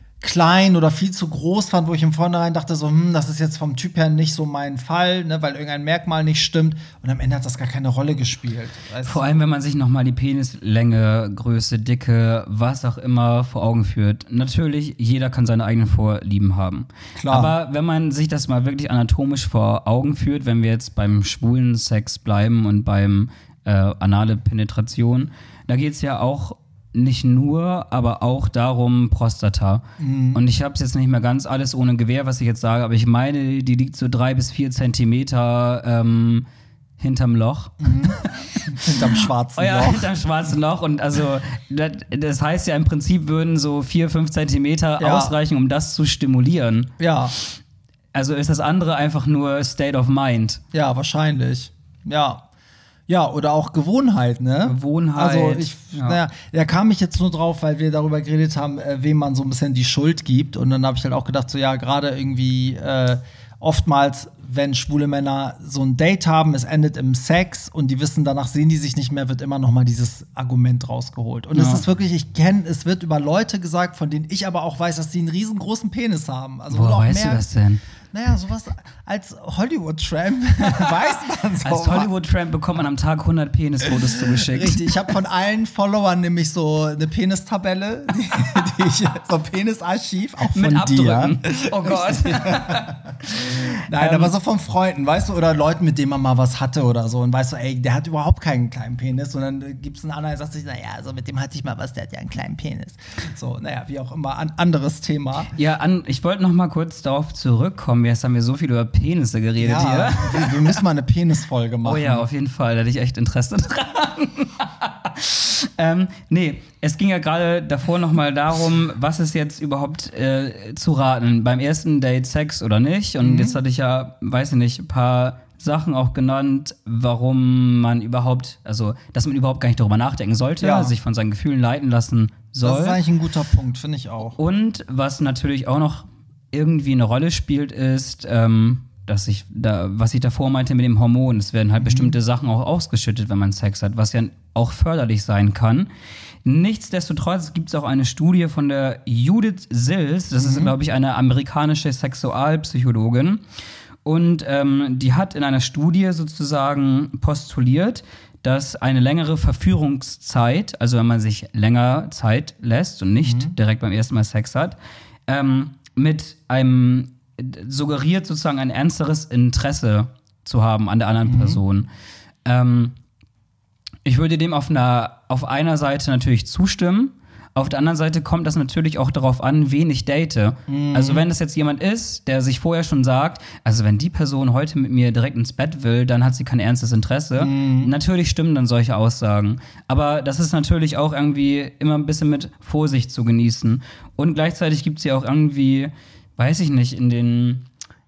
klein oder viel zu groß fand, wo ich im Vornherein dachte so, hm, das ist jetzt vom Typ her nicht so mein Fall, ne, weil irgendein Merkmal nicht stimmt. Und am Ende hat das gar keine Rolle gespielt. Vor allem, wenn man sich noch mal die Penislänge, Größe, Dicke, was auch immer vor Augen führt. Natürlich, jeder kann seine eigenen Vorlieben haben. Klar. Aber wenn man sich das mal wirklich anatomisch vor Augen führt, wenn wir jetzt beim schwulen Sex bleiben und beim äh, anale Penetration, da geht's ja auch nicht nur, aber auch darum Prostata. Mhm. Und ich habe es jetzt nicht mehr ganz alles ohne Gewehr, was ich jetzt sage, aber ich meine, die liegt so drei bis vier Zentimeter ähm, hinterm Loch. Mhm. hinterm schwarzen oh ja, Loch. hinterm schwarzen Loch. Und also das, das heißt ja im Prinzip würden so vier, fünf Zentimeter ja. ausreichen, um das zu stimulieren. Ja. Also ist das andere einfach nur State of Mind. Ja, wahrscheinlich. Ja. Ja, oder auch Gewohnheit, ne? Gewohnheit. Also ich, ja. naja, da kam ich jetzt nur drauf, weil wir darüber geredet haben, äh, wem man so ein bisschen die Schuld gibt. Und dann habe ich halt auch gedacht, so ja, gerade irgendwie äh, oftmals, wenn schwule Männer so ein Date haben, es endet im Sex und die wissen, danach sehen die sich nicht mehr, wird immer noch mal dieses Argument rausgeholt. Und ja. es ist wirklich, ich kenne, es wird über Leute gesagt, von denen ich aber auch weiß, dass die einen riesengroßen Penis haben. Also woher weißt du das denn? Naja, sowas als Hollywood-Tramp weiß man so. Als Hollywood-Tramp bekommt man am Tag hundert Penisfotos zugeschickt. Richtig, ich habe von allen Followern nämlich so eine Penistabelle, die, die ich, so ein Penisarchiv, auch von Mit Abdrücken. dir. Oh Gott. Nein, ähm, aber so von Freunden, weißt du, oder Leuten, mit denen man mal was hatte oder so und weißt du, ey, der hat überhaupt keinen kleinen Penis und dann gibt's einen anderen, der sagt sich, naja, also mit dem hatte ich mal was, der hat ja einen kleinen Penis. So, naja, wie auch immer, ein anderes Thema. Ja, an, ich wollte noch mal kurz darauf zurückkommen, jetzt haben wir so viel über Penisse geredet ja, hier. Wir, wir müssen mal eine Penisfolge machen. Oh ja, auf jeden Fall, da hatte ich echt Interesse dran. ähm, nee, es ging ja gerade davor noch mal darum, was ist jetzt überhaupt äh, zu raten, beim ersten Date Sex oder nicht. Und mhm. jetzt hatte ich ja, weiß ich nicht, ein paar Sachen auch genannt, warum man überhaupt, also dass man überhaupt gar nicht darüber nachdenken sollte, ja. sich von seinen Gefühlen leiten lassen soll. Das ist eigentlich ein guter Punkt, finde ich auch. Und was natürlich auch noch irgendwie eine Rolle spielt, ist, ähm, dass ich da, was ich davor meinte mit dem Hormon, es werden halt mhm. bestimmte Sachen auch ausgeschüttet, wenn man Sex hat, was ja auch förderlich sein kann. Nichtsdestotrotz gibt es auch eine Studie von der Judith Sills, das mhm. ist, glaube ich, eine amerikanische Sexualpsychologin. Und ähm, die hat in einer Studie sozusagen postuliert, dass eine längere Verführungszeit, also wenn man sich länger Zeit lässt und nicht mhm. direkt beim ersten Mal Sex hat, ähm, mit einem suggeriert sozusagen ein ernsteres Interesse zu haben an der anderen mhm. Person. Ähm, ich würde dem auf einer, auf einer Seite natürlich zustimmen. Auf der anderen Seite kommt das natürlich auch darauf an, wen ich date. Mhm. Also wenn das jetzt jemand ist, der sich vorher schon sagt, also wenn die Person heute mit mir direkt ins Bett will, dann hat sie kein ernstes Interesse. Mhm. Natürlich stimmen dann solche Aussagen. Aber das ist natürlich auch irgendwie immer ein bisschen mit Vorsicht zu genießen. Und gleichzeitig gibt es ja auch irgendwie, weiß ich nicht, in den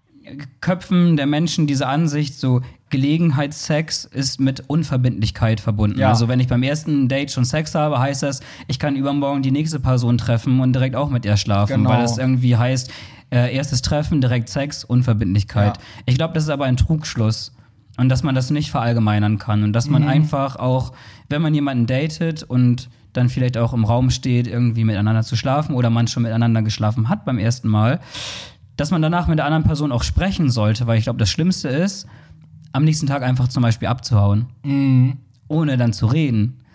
Köpfen der Menschen diese Ansicht, so Gelegenheitssex ist mit Unverbindlichkeit verbunden. Ja. Also wenn ich beim ersten Date schon Sex habe, heißt das, ich kann übermorgen die nächste Person treffen und direkt auch mit ihr schlafen. Genau. Weil das irgendwie heißt, äh, erstes Treffen, direkt Sex, Unverbindlichkeit. Ja. Ich glaube, das ist aber ein Trugschluss. Und dass man das nicht verallgemeinern kann. Und dass man mhm. einfach auch, wenn man jemanden datet und dann vielleicht auch im Raum steht, irgendwie miteinander zu schlafen oder man schon miteinander geschlafen hat beim ersten Mal, dass man danach mit der anderen Person auch sprechen sollte, weil ich glaube, das Schlimmste ist, am nächsten Tag einfach zum Beispiel abzuhauen, mhm. ohne dann zu reden.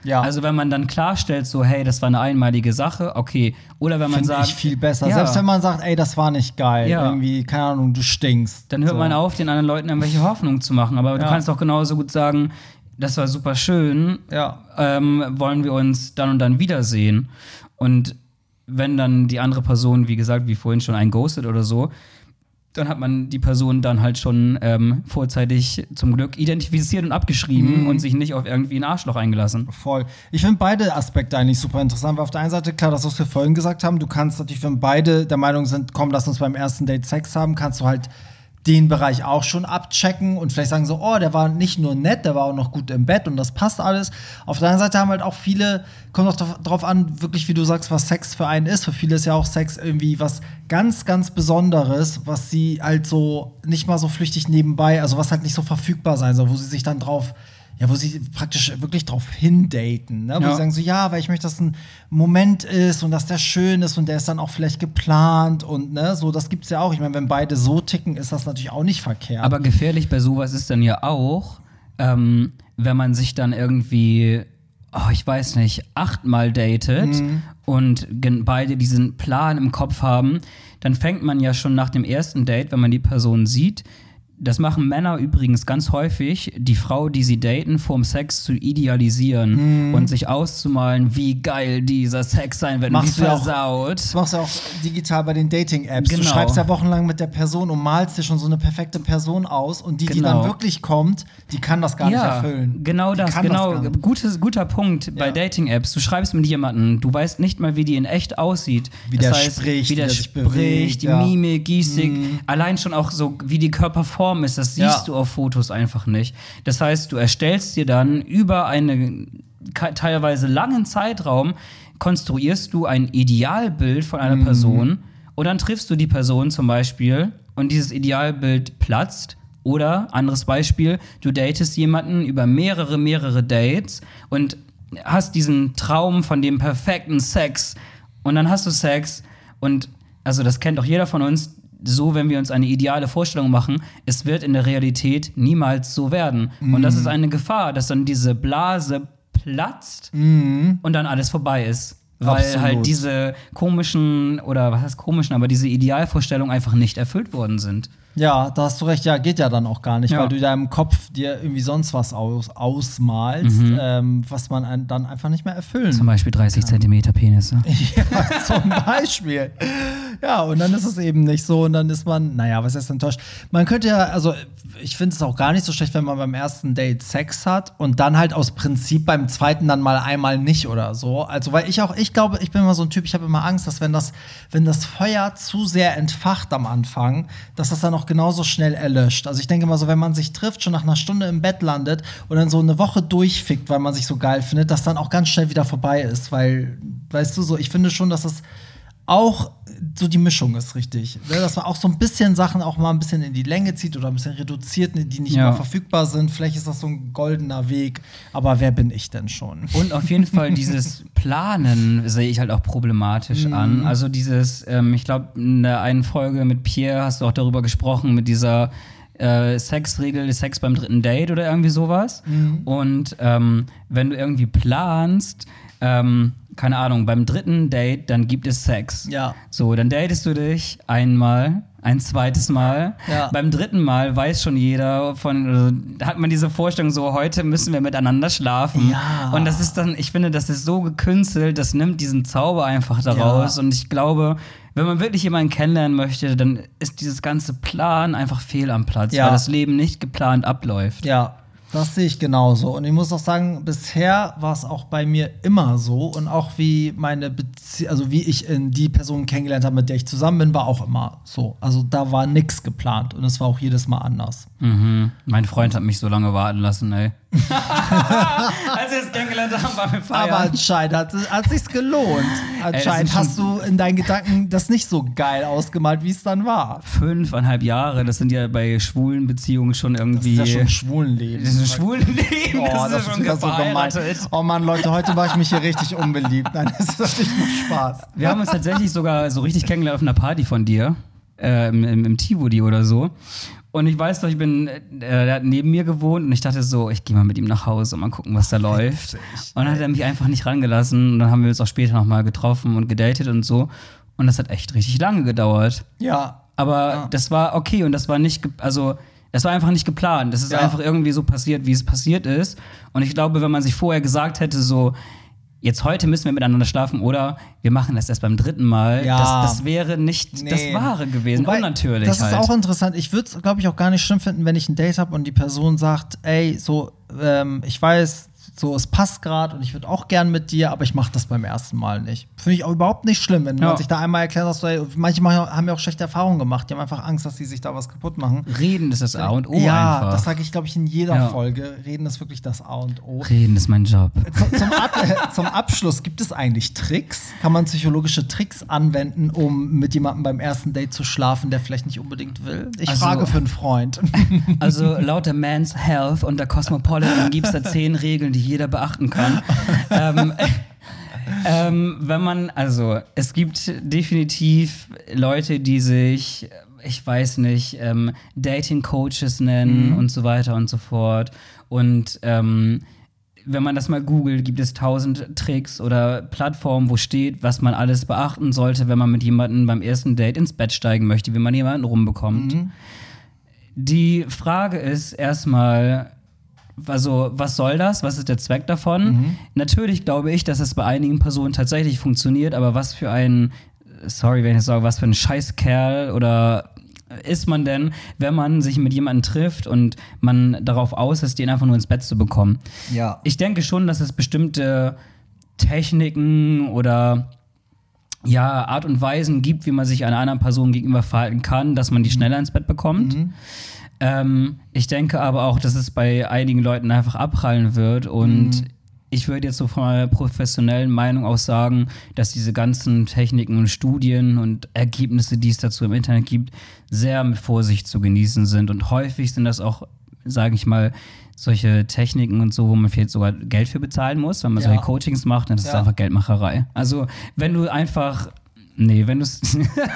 Ja. Also wenn man dann klarstellt, so hey, das war eine einmalige Sache, okay. Oder wenn man Find sagt, ich viel besser. Ja. Selbst wenn man sagt, ey, das war nicht geil, Ja. irgendwie, keine Ahnung, du stinkst. Dann hört so. man auf, den anderen Leuten irgendwelche Hoffnungen zu machen. Aber Ja. du kannst auch genauso gut sagen, das war super schön, Ja. ähm, wollen wir uns dann und dann wiedersehen. Und wenn dann die andere Person, wie gesagt, wie vorhin schon, einen ghostet oder so, dann hat man die Person dann halt schon ähm, vorzeitig zum Glück identifiziert und abgeschrieben Mhm. und sich nicht auf irgendwie ein Arschloch eingelassen. Voll. Ich finde beide Aspekte eigentlich super interessant, weil auf der einen Seite, klar, das, was wir vorhin gesagt haben, du kannst natürlich, wenn beide der Meinung sind, komm, lass uns beim ersten Date Sex haben, kannst du halt den Bereich auch schon abchecken und vielleicht sagen so, oh, der war nicht nur nett, der war auch noch gut im Bett und das passt alles. Auf der anderen Seite haben halt auch viele, kommt auch drauf- drauf an, wirklich, wie du sagst, was Sex für einen ist. Für viele ist ja auch Sex irgendwie was ganz, ganz Besonderes, was sie halt so nicht mal so flüchtig nebenbei, also was halt nicht so verfügbar sein soll, wo sie sich dann drauf ja, wo sie praktisch wirklich drauf hindaten, ne? Wo Ja. sie sagen so, ja, weil ich möchte, dass ein Moment ist und dass der schön ist und der ist dann auch vielleicht geplant und ne, so, das gibt's ja auch. Ich meine, wenn beide so ticken, ist das natürlich auch nicht verkehrt. Aber gefährlich bei sowas ist dann ja auch, ähm, wenn man sich dann irgendwie, oh, ich weiß nicht, achtmal datet und gen- beide diesen Plan im Kopf haben, dann fängt man ja schon nach dem ersten Date, wenn man die Person sieht. Das machen Männer übrigens ganz häufig, die Frau, die sie daten, vorm Sex zu idealisieren und sich auszumalen, wie geil dieser Sex sein wird und wie Machst du ja auch- versaut. Das machst du auch digital bei den Dating-Apps. Du Genau. schreibst ja wochenlang mit der Person und malst dir schon so eine perfekte Person aus und die, die Genau. dann wirklich kommt, die kann das gar nicht erfüllen. Genau Die das, kann genau. gar nicht. Gutes, guter Punkt bei Ja. Dating-Apps. Du schreibst mit jemandem, du weißt nicht mal, wie die in echt aussieht. Wie das der heißt, spricht, wie der wie der sich spricht, bewegt, die ja. Mimik, Gestik, allein schon auch so, wie die Körperform ist, das siehst Ja. du auf Fotos einfach nicht. Das heißt, du erstellst dir dann über einen ka- teilweise langen Zeitraum, konstruierst du ein Idealbild von einer Person und dann triffst du die Person zum Beispiel und dieses Idealbild platzt. Oder, anderes Beispiel, du datest jemanden über mehrere, mehrere Dates und hast diesen Traum von dem perfekten Sex und dann hast du Sex und, also das kennt doch jeder von uns, so, wenn wir uns eine ideale Vorstellung machen, es wird in der Realität niemals so werden. Und das ist eine Gefahr, dass dann diese Blase platzt und dann alles vorbei ist. Weil Absolut. halt diese komischen, oder was heißt komischen, aber diese Idealvorstellungen einfach nicht erfüllt worden sind. Ja, da hast du recht. Ja, geht ja dann auch gar nicht, Ja. weil du da im Kopf dir irgendwie sonst was aus, ausmalst, ähm, was man ein, dann einfach nicht mehr erfüllen Zum Beispiel dreißig Zentimeter Penisse. Ja, zum Beispiel. Ja, und dann ist es eben nicht so und dann ist man, naja, was ist enttäuscht. Man könnte ja, also ich finde es auch gar nicht so schlecht, wenn man beim ersten Date Sex hat und dann halt aus Prinzip beim zweiten dann mal einmal nicht oder so. Also, weil ich auch, ich glaube, ich bin immer so ein Typ, ich habe immer Angst, dass wenn das, wenn das Feuer zu sehr entfacht am Anfang, dass das dann auch genauso schnell erlöscht. Also ich denke mal so, wenn man sich trifft, schon nach einer Stunde im Bett landet und dann so eine Woche durchfickt, weil man sich so geil findet, dass dann auch ganz schnell wieder vorbei ist, weil, weißt du, so, ich finde schon, dass es auch so die Mischung ist richtig. Ne? Dass man auch so ein bisschen Sachen auch mal ein bisschen in die Länge zieht oder ein bisschen reduziert, die nicht Ja. mehr verfügbar sind. Vielleicht ist das so ein goldener Weg, aber wer bin ich denn schon? Und auf jeden Fall dieses Planen sehe ich halt auch problematisch an. Also dieses, ähm, ich glaube, in der einen Folge mit Pierre hast du auch darüber gesprochen, mit dieser äh, Sexregel, Sex beim dritten Date oder irgendwie sowas. Und ähm, wenn du irgendwie planst, ähm, keine Ahnung, beim dritten Date, dann gibt es Sex. Ja. So, dann datest du dich einmal, ein zweites Mal. Ja. Beim dritten Mal weiß schon jeder von, also, hat man diese Vorstellung so, heute müssen wir miteinander schlafen. Ja. Und das ist dann, ich finde, das ist so gekünstelt, das nimmt diesen Zauber einfach daraus. Ja. Und ich glaube, wenn man wirklich jemanden kennenlernen möchte, dann ist dieses ganze Plan einfach fehl am Platz, Ja. weil das Leben nicht geplant abläuft. Ja, das sehe ich genauso. Und ich muss auch sagen, bisher war es auch bei mir immer so. Und auch wie meine Bezie also wie ich in die Person kennengelernt habe, mit der ich zusammen bin, war auch immer so. Also da war nichts geplant und es war auch jedes Mal anders. Mhm. Mein Freund hat mich so lange warten lassen, ey. Als wir es kennengelernt haben, waren wir feiern. Aber anscheinend hat, hat sich's gelohnt. Anscheinend sind hast du in deinen Gedanken das nicht so geil ausgemalt, wie es dann war. Fünfeinhalb Jahre, das sind ja bei schwulen Beziehungen schon Das irgendwie. ist ja schon Schwulenleben. Das ist ein Schwulenleben, Oh, das, das ist ja ist schon wieder so gemein. verheiratet. Oh Mann, Leute, heute mache ich mich hier richtig unbeliebt. Nein, das ist natürlich nur Spaß. Wir haben uns tatsächlich sogar so richtig kennengelernt auf einer Party von dir, äh, im, im, im Tivoli oder so. Und ich weiß doch, ich bin, äh, der hat neben mir gewohnt und ich dachte so, ich gehe mal mit ihm nach Hause und mal gucken, was da läuft. Und dann hat er mich einfach nicht rangelassen und dann haben wir uns auch später nochmal getroffen und gedatet und so. Und das hat echt richtig lange gedauert. Ja. Aber ja. das war okay und das war nicht, also das war einfach nicht geplant. Das ist ja. einfach irgendwie so passiert, wie es passiert ist. Und ich glaube, wenn man sich vorher gesagt hätte, so, jetzt heute müssen wir miteinander schlafen oder wir machen das erst beim dritten Mal, ja. das, das wäre nicht nee. das Wahre gewesen. Wobei, unnatürlich Das ist halt. auch interessant. Ich würde es, glaube ich, auch gar nicht schlimm finden, wenn ich ein Date habe und die Person sagt, ey, so, ähm, ich weiß, so, es passt gerade und ich würde auch gern mit dir, aber ich mache das beim ersten Mal nicht. Finde ich auch überhaupt nicht schlimm, wenn ja. man sich da einmal erklärt, dass du, ey, manche haben ja auch schlechte Erfahrungen gemacht. Die haben einfach Angst, dass sie sich da was kaputt machen. Reden ist das A und O ja, einfach. das sage ich, glaube ich, in jeder ja. Folge. Reden ist wirklich das A und O. Reden ist mein Job. Zum, zum, Ab äh, zum Abschluss, gibt es eigentlich Tricks? Kann man psychologische Tricks anwenden, um mit jemandem beim ersten Date zu schlafen, der vielleicht nicht unbedingt will? Ich also, frage für einen Freund. Also laut der Men's Health und der Cosmopolitan gibt es da zehn Regeln, die jeder beachten kann. ähm, ähm, wenn man, also es gibt definitiv Leute, die sich, ich weiß nicht, ähm, Dating-Coaches nennen mhm. und so weiter und so fort. Und ähm, wenn man das mal googelt, gibt es tausend Tricks oder Plattformen, wo steht, was man alles beachten sollte, wenn man mit jemandem beim ersten Date ins Bett steigen möchte, wie man jemanden rumbekommt. Mhm. Die Frage ist erstmal, also, was soll das? Was ist der Zweck davon? Mhm. Natürlich glaube ich, dass es bei einigen Personen tatsächlich funktioniert, aber was für ein, sorry, wenn ich das sage, was für ein Scheißkerl oder ist man denn, wenn man sich mit jemandem trifft und man darauf aus ist, den einfach nur ins Bett zu bekommen? Ja. Ich denke schon, dass es bestimmte Techniken oder ja, Art und Weisen gibt, wie man sich einer anderen Person gegenüber verhalten kann, dass man die schneller ins Bett bekommt. Mhm. Ähm, ich denke aber auch, dass es bei einigen Leuten einfach abprallen wird und mhm. ich würde jetzt so von meiner professionellen Meinung aus sagen, dass diese ganzen Techniken und Studien und Ergebnisse, die es dazu im Internet gibt, sehr mit Vorsicht zu genießen sind und häufig sind das auch, sage ich mal, solche Techniken und so, wo man vielleicht sogar Geld für bezahlen muss, wenn man ja. solche Coachings macht, dann ist es ja. einfach Geldmacherei. Also wenn du einfach Nee, wenn du es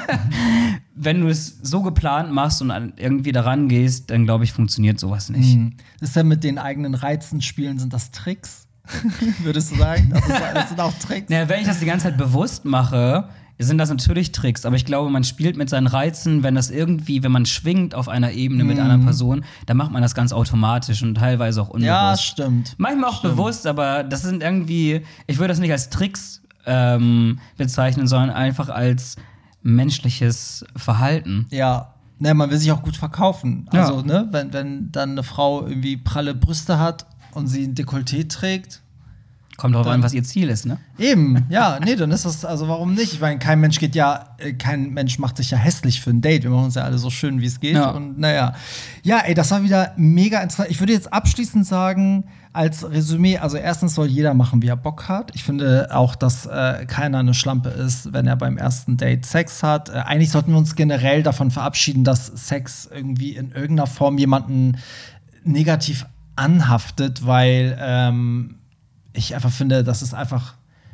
wenn du es so geplant machst und irgendwie daran gehst, dann glaube ich, funktioniert sowas nicht. Mhm. Das ist ja mit den eigenen Reizen spielen, sind das Tricks? Würdest du sagen? Das, ist, das sind auch Tricks? Naja, wenn ich das die ganze Zeit bewusst mache, sind das natürlich Tricks. Aber ich glaube, man spielt mit seinen Reizen, wenn das irgendwie, wenn man schwingt auf einer Ebene mhm. mit einer Person, dann macht man das ganz automatisch und teilweise auch unbewusst. Ja, stimmt. Manchmal auch stimmt. bewusst, aber das sind irgendwie, ich würde das nicht als Tricks Ähm, bezeichnen, sondern einfach als menschliches Verhalten. Ja, ne, man will sich auch gut verkaufen. Also, ja. ne, wenn, wenn dann eine Frau irgendwie pralle Brüste hat und sie ein Dekolleté trägt. Kommt drauf an, was ihr Ziel ist, ne? Eben, ja, nee, dann ist das, also warum nicht? Ich meine, kein Mensch geht ja, kein Mensch macht sich ja hässlich für ein Date. Wir machen uns ja alle so schön, wie es geht. Ja. Und naja. Ja, ey, das war wieder mega interessant. Ich würde jetzt abschließend sagen, als Resümee, also erstens soll jeder machen, wie er Bock hat. Ich finde auch, dass äh, keiner eine Schlampe ist, wenn er beim ersten Date Sex hat. Äh, eigentlich sollten wir uns generell davon verabschieden, dass Sex irgendwie in irgendeiner Form jemanden negativ anhaftet, weil ähm, ich einfach finde, das ist einfach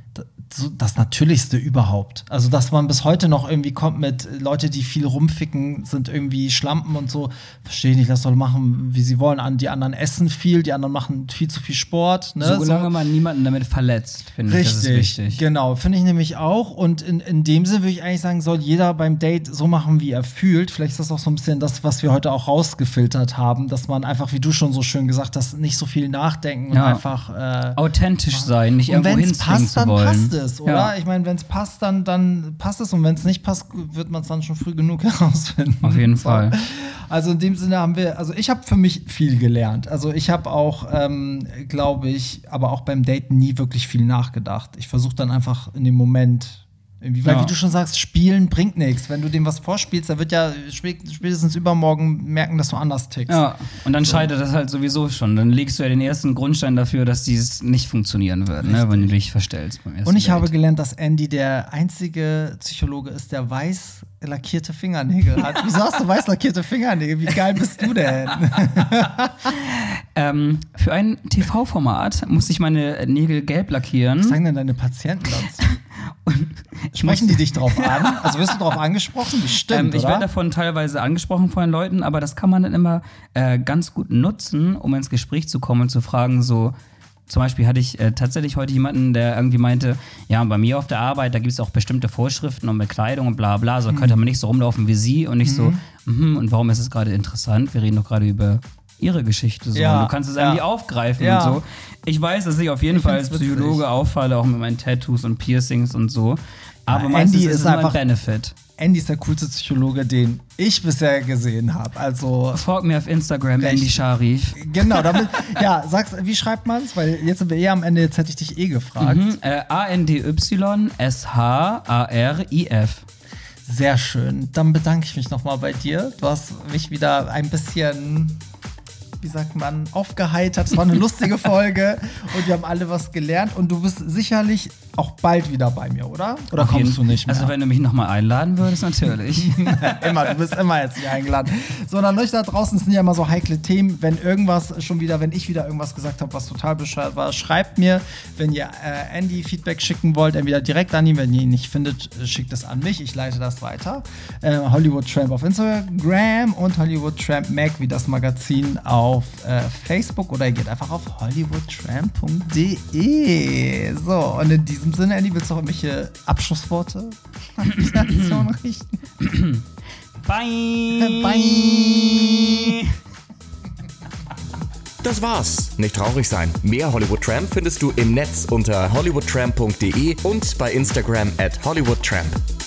das Natürlichste überhaupt. Also, dass man bis heute noch irgendwie kommt mit Leute, die viel rumficken, sind irgendwie Schlampen und so. Verstehe ich nicht, lass doch machen, wie sie wollen. Die anderen essen viel, die anderen machen viel zu viel Sport. Ne? Solange so. man niemanden damit verletzt, finde ich, das ist wichtig. Genau, finde ich nämlich auch. Und in, in dem Sinne würde ich eigentlich sagen, soll jeder beim Date so machen, wie er fühlt. Vielleicht ist das auch so ein bisschen das, was wir heute auch rausgefiltert haben, dass man einfach, wie du schon so schön gesagt hast, nicht so viel nachdenken und ja. einfach äh, authentisch sein, nicht irgendwo hinzwingen zu wollen. Passt, dann passt es, oder? Ja. Ich meine, wenn es passt, dann, dann passt es. Und wenn es nicht passt, wird man es dann schon früh genug herausfinden. Auf jeden Fall. Also in dem Sinne haben wir, also ich habe für mich viel gelernt. Also ich habe auch, ähm, glaube ich, aber auch beim Daten nie wirklich viel nachgedacht. Ich versuche dann einfach in dem Moment, irgendwie, weil ja. wie du schon sagst, spielen bringt nichts. Wenn du dem was vorspielst, dann wird ja spätestens übermorgen merken, dass du anders tickst. Ja, und dann so. scheitert das halt sowieso schon. Dann legst du ja den ersten Grundstein dafür, dass dieses nicht funktionieren wird, ne, wenn du dich verstellst beim ersten Und ich Date. habe gelernt, dass Andy der einzige Psychologe ist, der weiß lackierte Fingernägel hat. Wieso hast du weiß lackierte Fingernägel? Wie geil bist du denn? ähm, für ein T V-Format musste ich meine Nägel gelb lackieren. Was sagen denn deine Patienten dazu? Und Sprechen die dich drauf an? Also wirst du drauf angesprochen? Bestimmt, ähm, Ich oder? werde davon teilweise angesprochen von den Leuten, aber das kann man dann immer äh, ganz gut nutzen, um ins Gespräch zu kommen und zu fragen, so, zum Beispiel hatte ich äh, tatsächlich heute jemanden, der irgendwie meinte, ja, bei mir auf der Arbeit, da gibt es auch bestimmte Vorschriften und Bekleidung und bla bla, so mhm. könnte man nicht so rumlaufen wie sie und nicht mhm. so, mm, und warum ist es gerade interessant? Wir reden doch gerade über ihre Geschichte. So. Ja, du kannst es ja. irgendwie aufgreifen ja. und so. Ich weiß, dass ich auf jeden ich Fall als Psychologe witzig. auffalle, auch mit meinen Tattoos und Piercings und so. Aber ja, meistens Andy ist es ist nur einfach ein Benefit. Andy ist der coolste Psychologe, den ich bisher gesehen habe. Also folgt mir auf Instagram, Recht. Andy Sharif. Genau, damit, ja, sagst, wie schreibt man es? Weil jetzt sind wir eh am Ende, jetzt hätte ich dich eh gefragt. Mhm, äh, A N D Y S H A R I F. Sehr schön. Dann bedanke ich mich nochmal bei dir. Du hast mich wieder ein bisschen, wie sagt man, aufgeheitert. Es war eine lustige Folge und wir haben alle was gelernt. Und du bist sicherlich auch bald wieder bei mir, oder? Oder Auf kommst jeden, du nicht mehr? Also wenn du mich nochmal einladen würdest, natürlich. Immer, du bist immer jetzt hier eingeladen. So, dann euch da draußen sind ja immer so heikle Themen. Wenn irgendwas schon wieder, wenn ich wieder irgendwas gesagt habe, was total bescheuert war, schreibt mir. Wenn ihr äh, Andy Feedback schicken wollt, entweder direkt an ihn. Wenn ihr ihn nicht findet, schickt es an mich. Ich leite das weiter. Äh, Hollywood Tramp auf Instagram und Hollywood Tramp Mag wie das Magazin auf äh, Facebook. Oder ihr geht einfach auf hollywood tramp punkt de. So, und in diesem Sinne, Andy, willst du noch irgendwelche Abschlussworte an die Nation richten? Bye! Bye! Das war's. Nicht traurig sein. Mehr Hollywood Tramp findest du im Netz unter hollywood tramp punkt de und bei Instagram at hollywood tramp.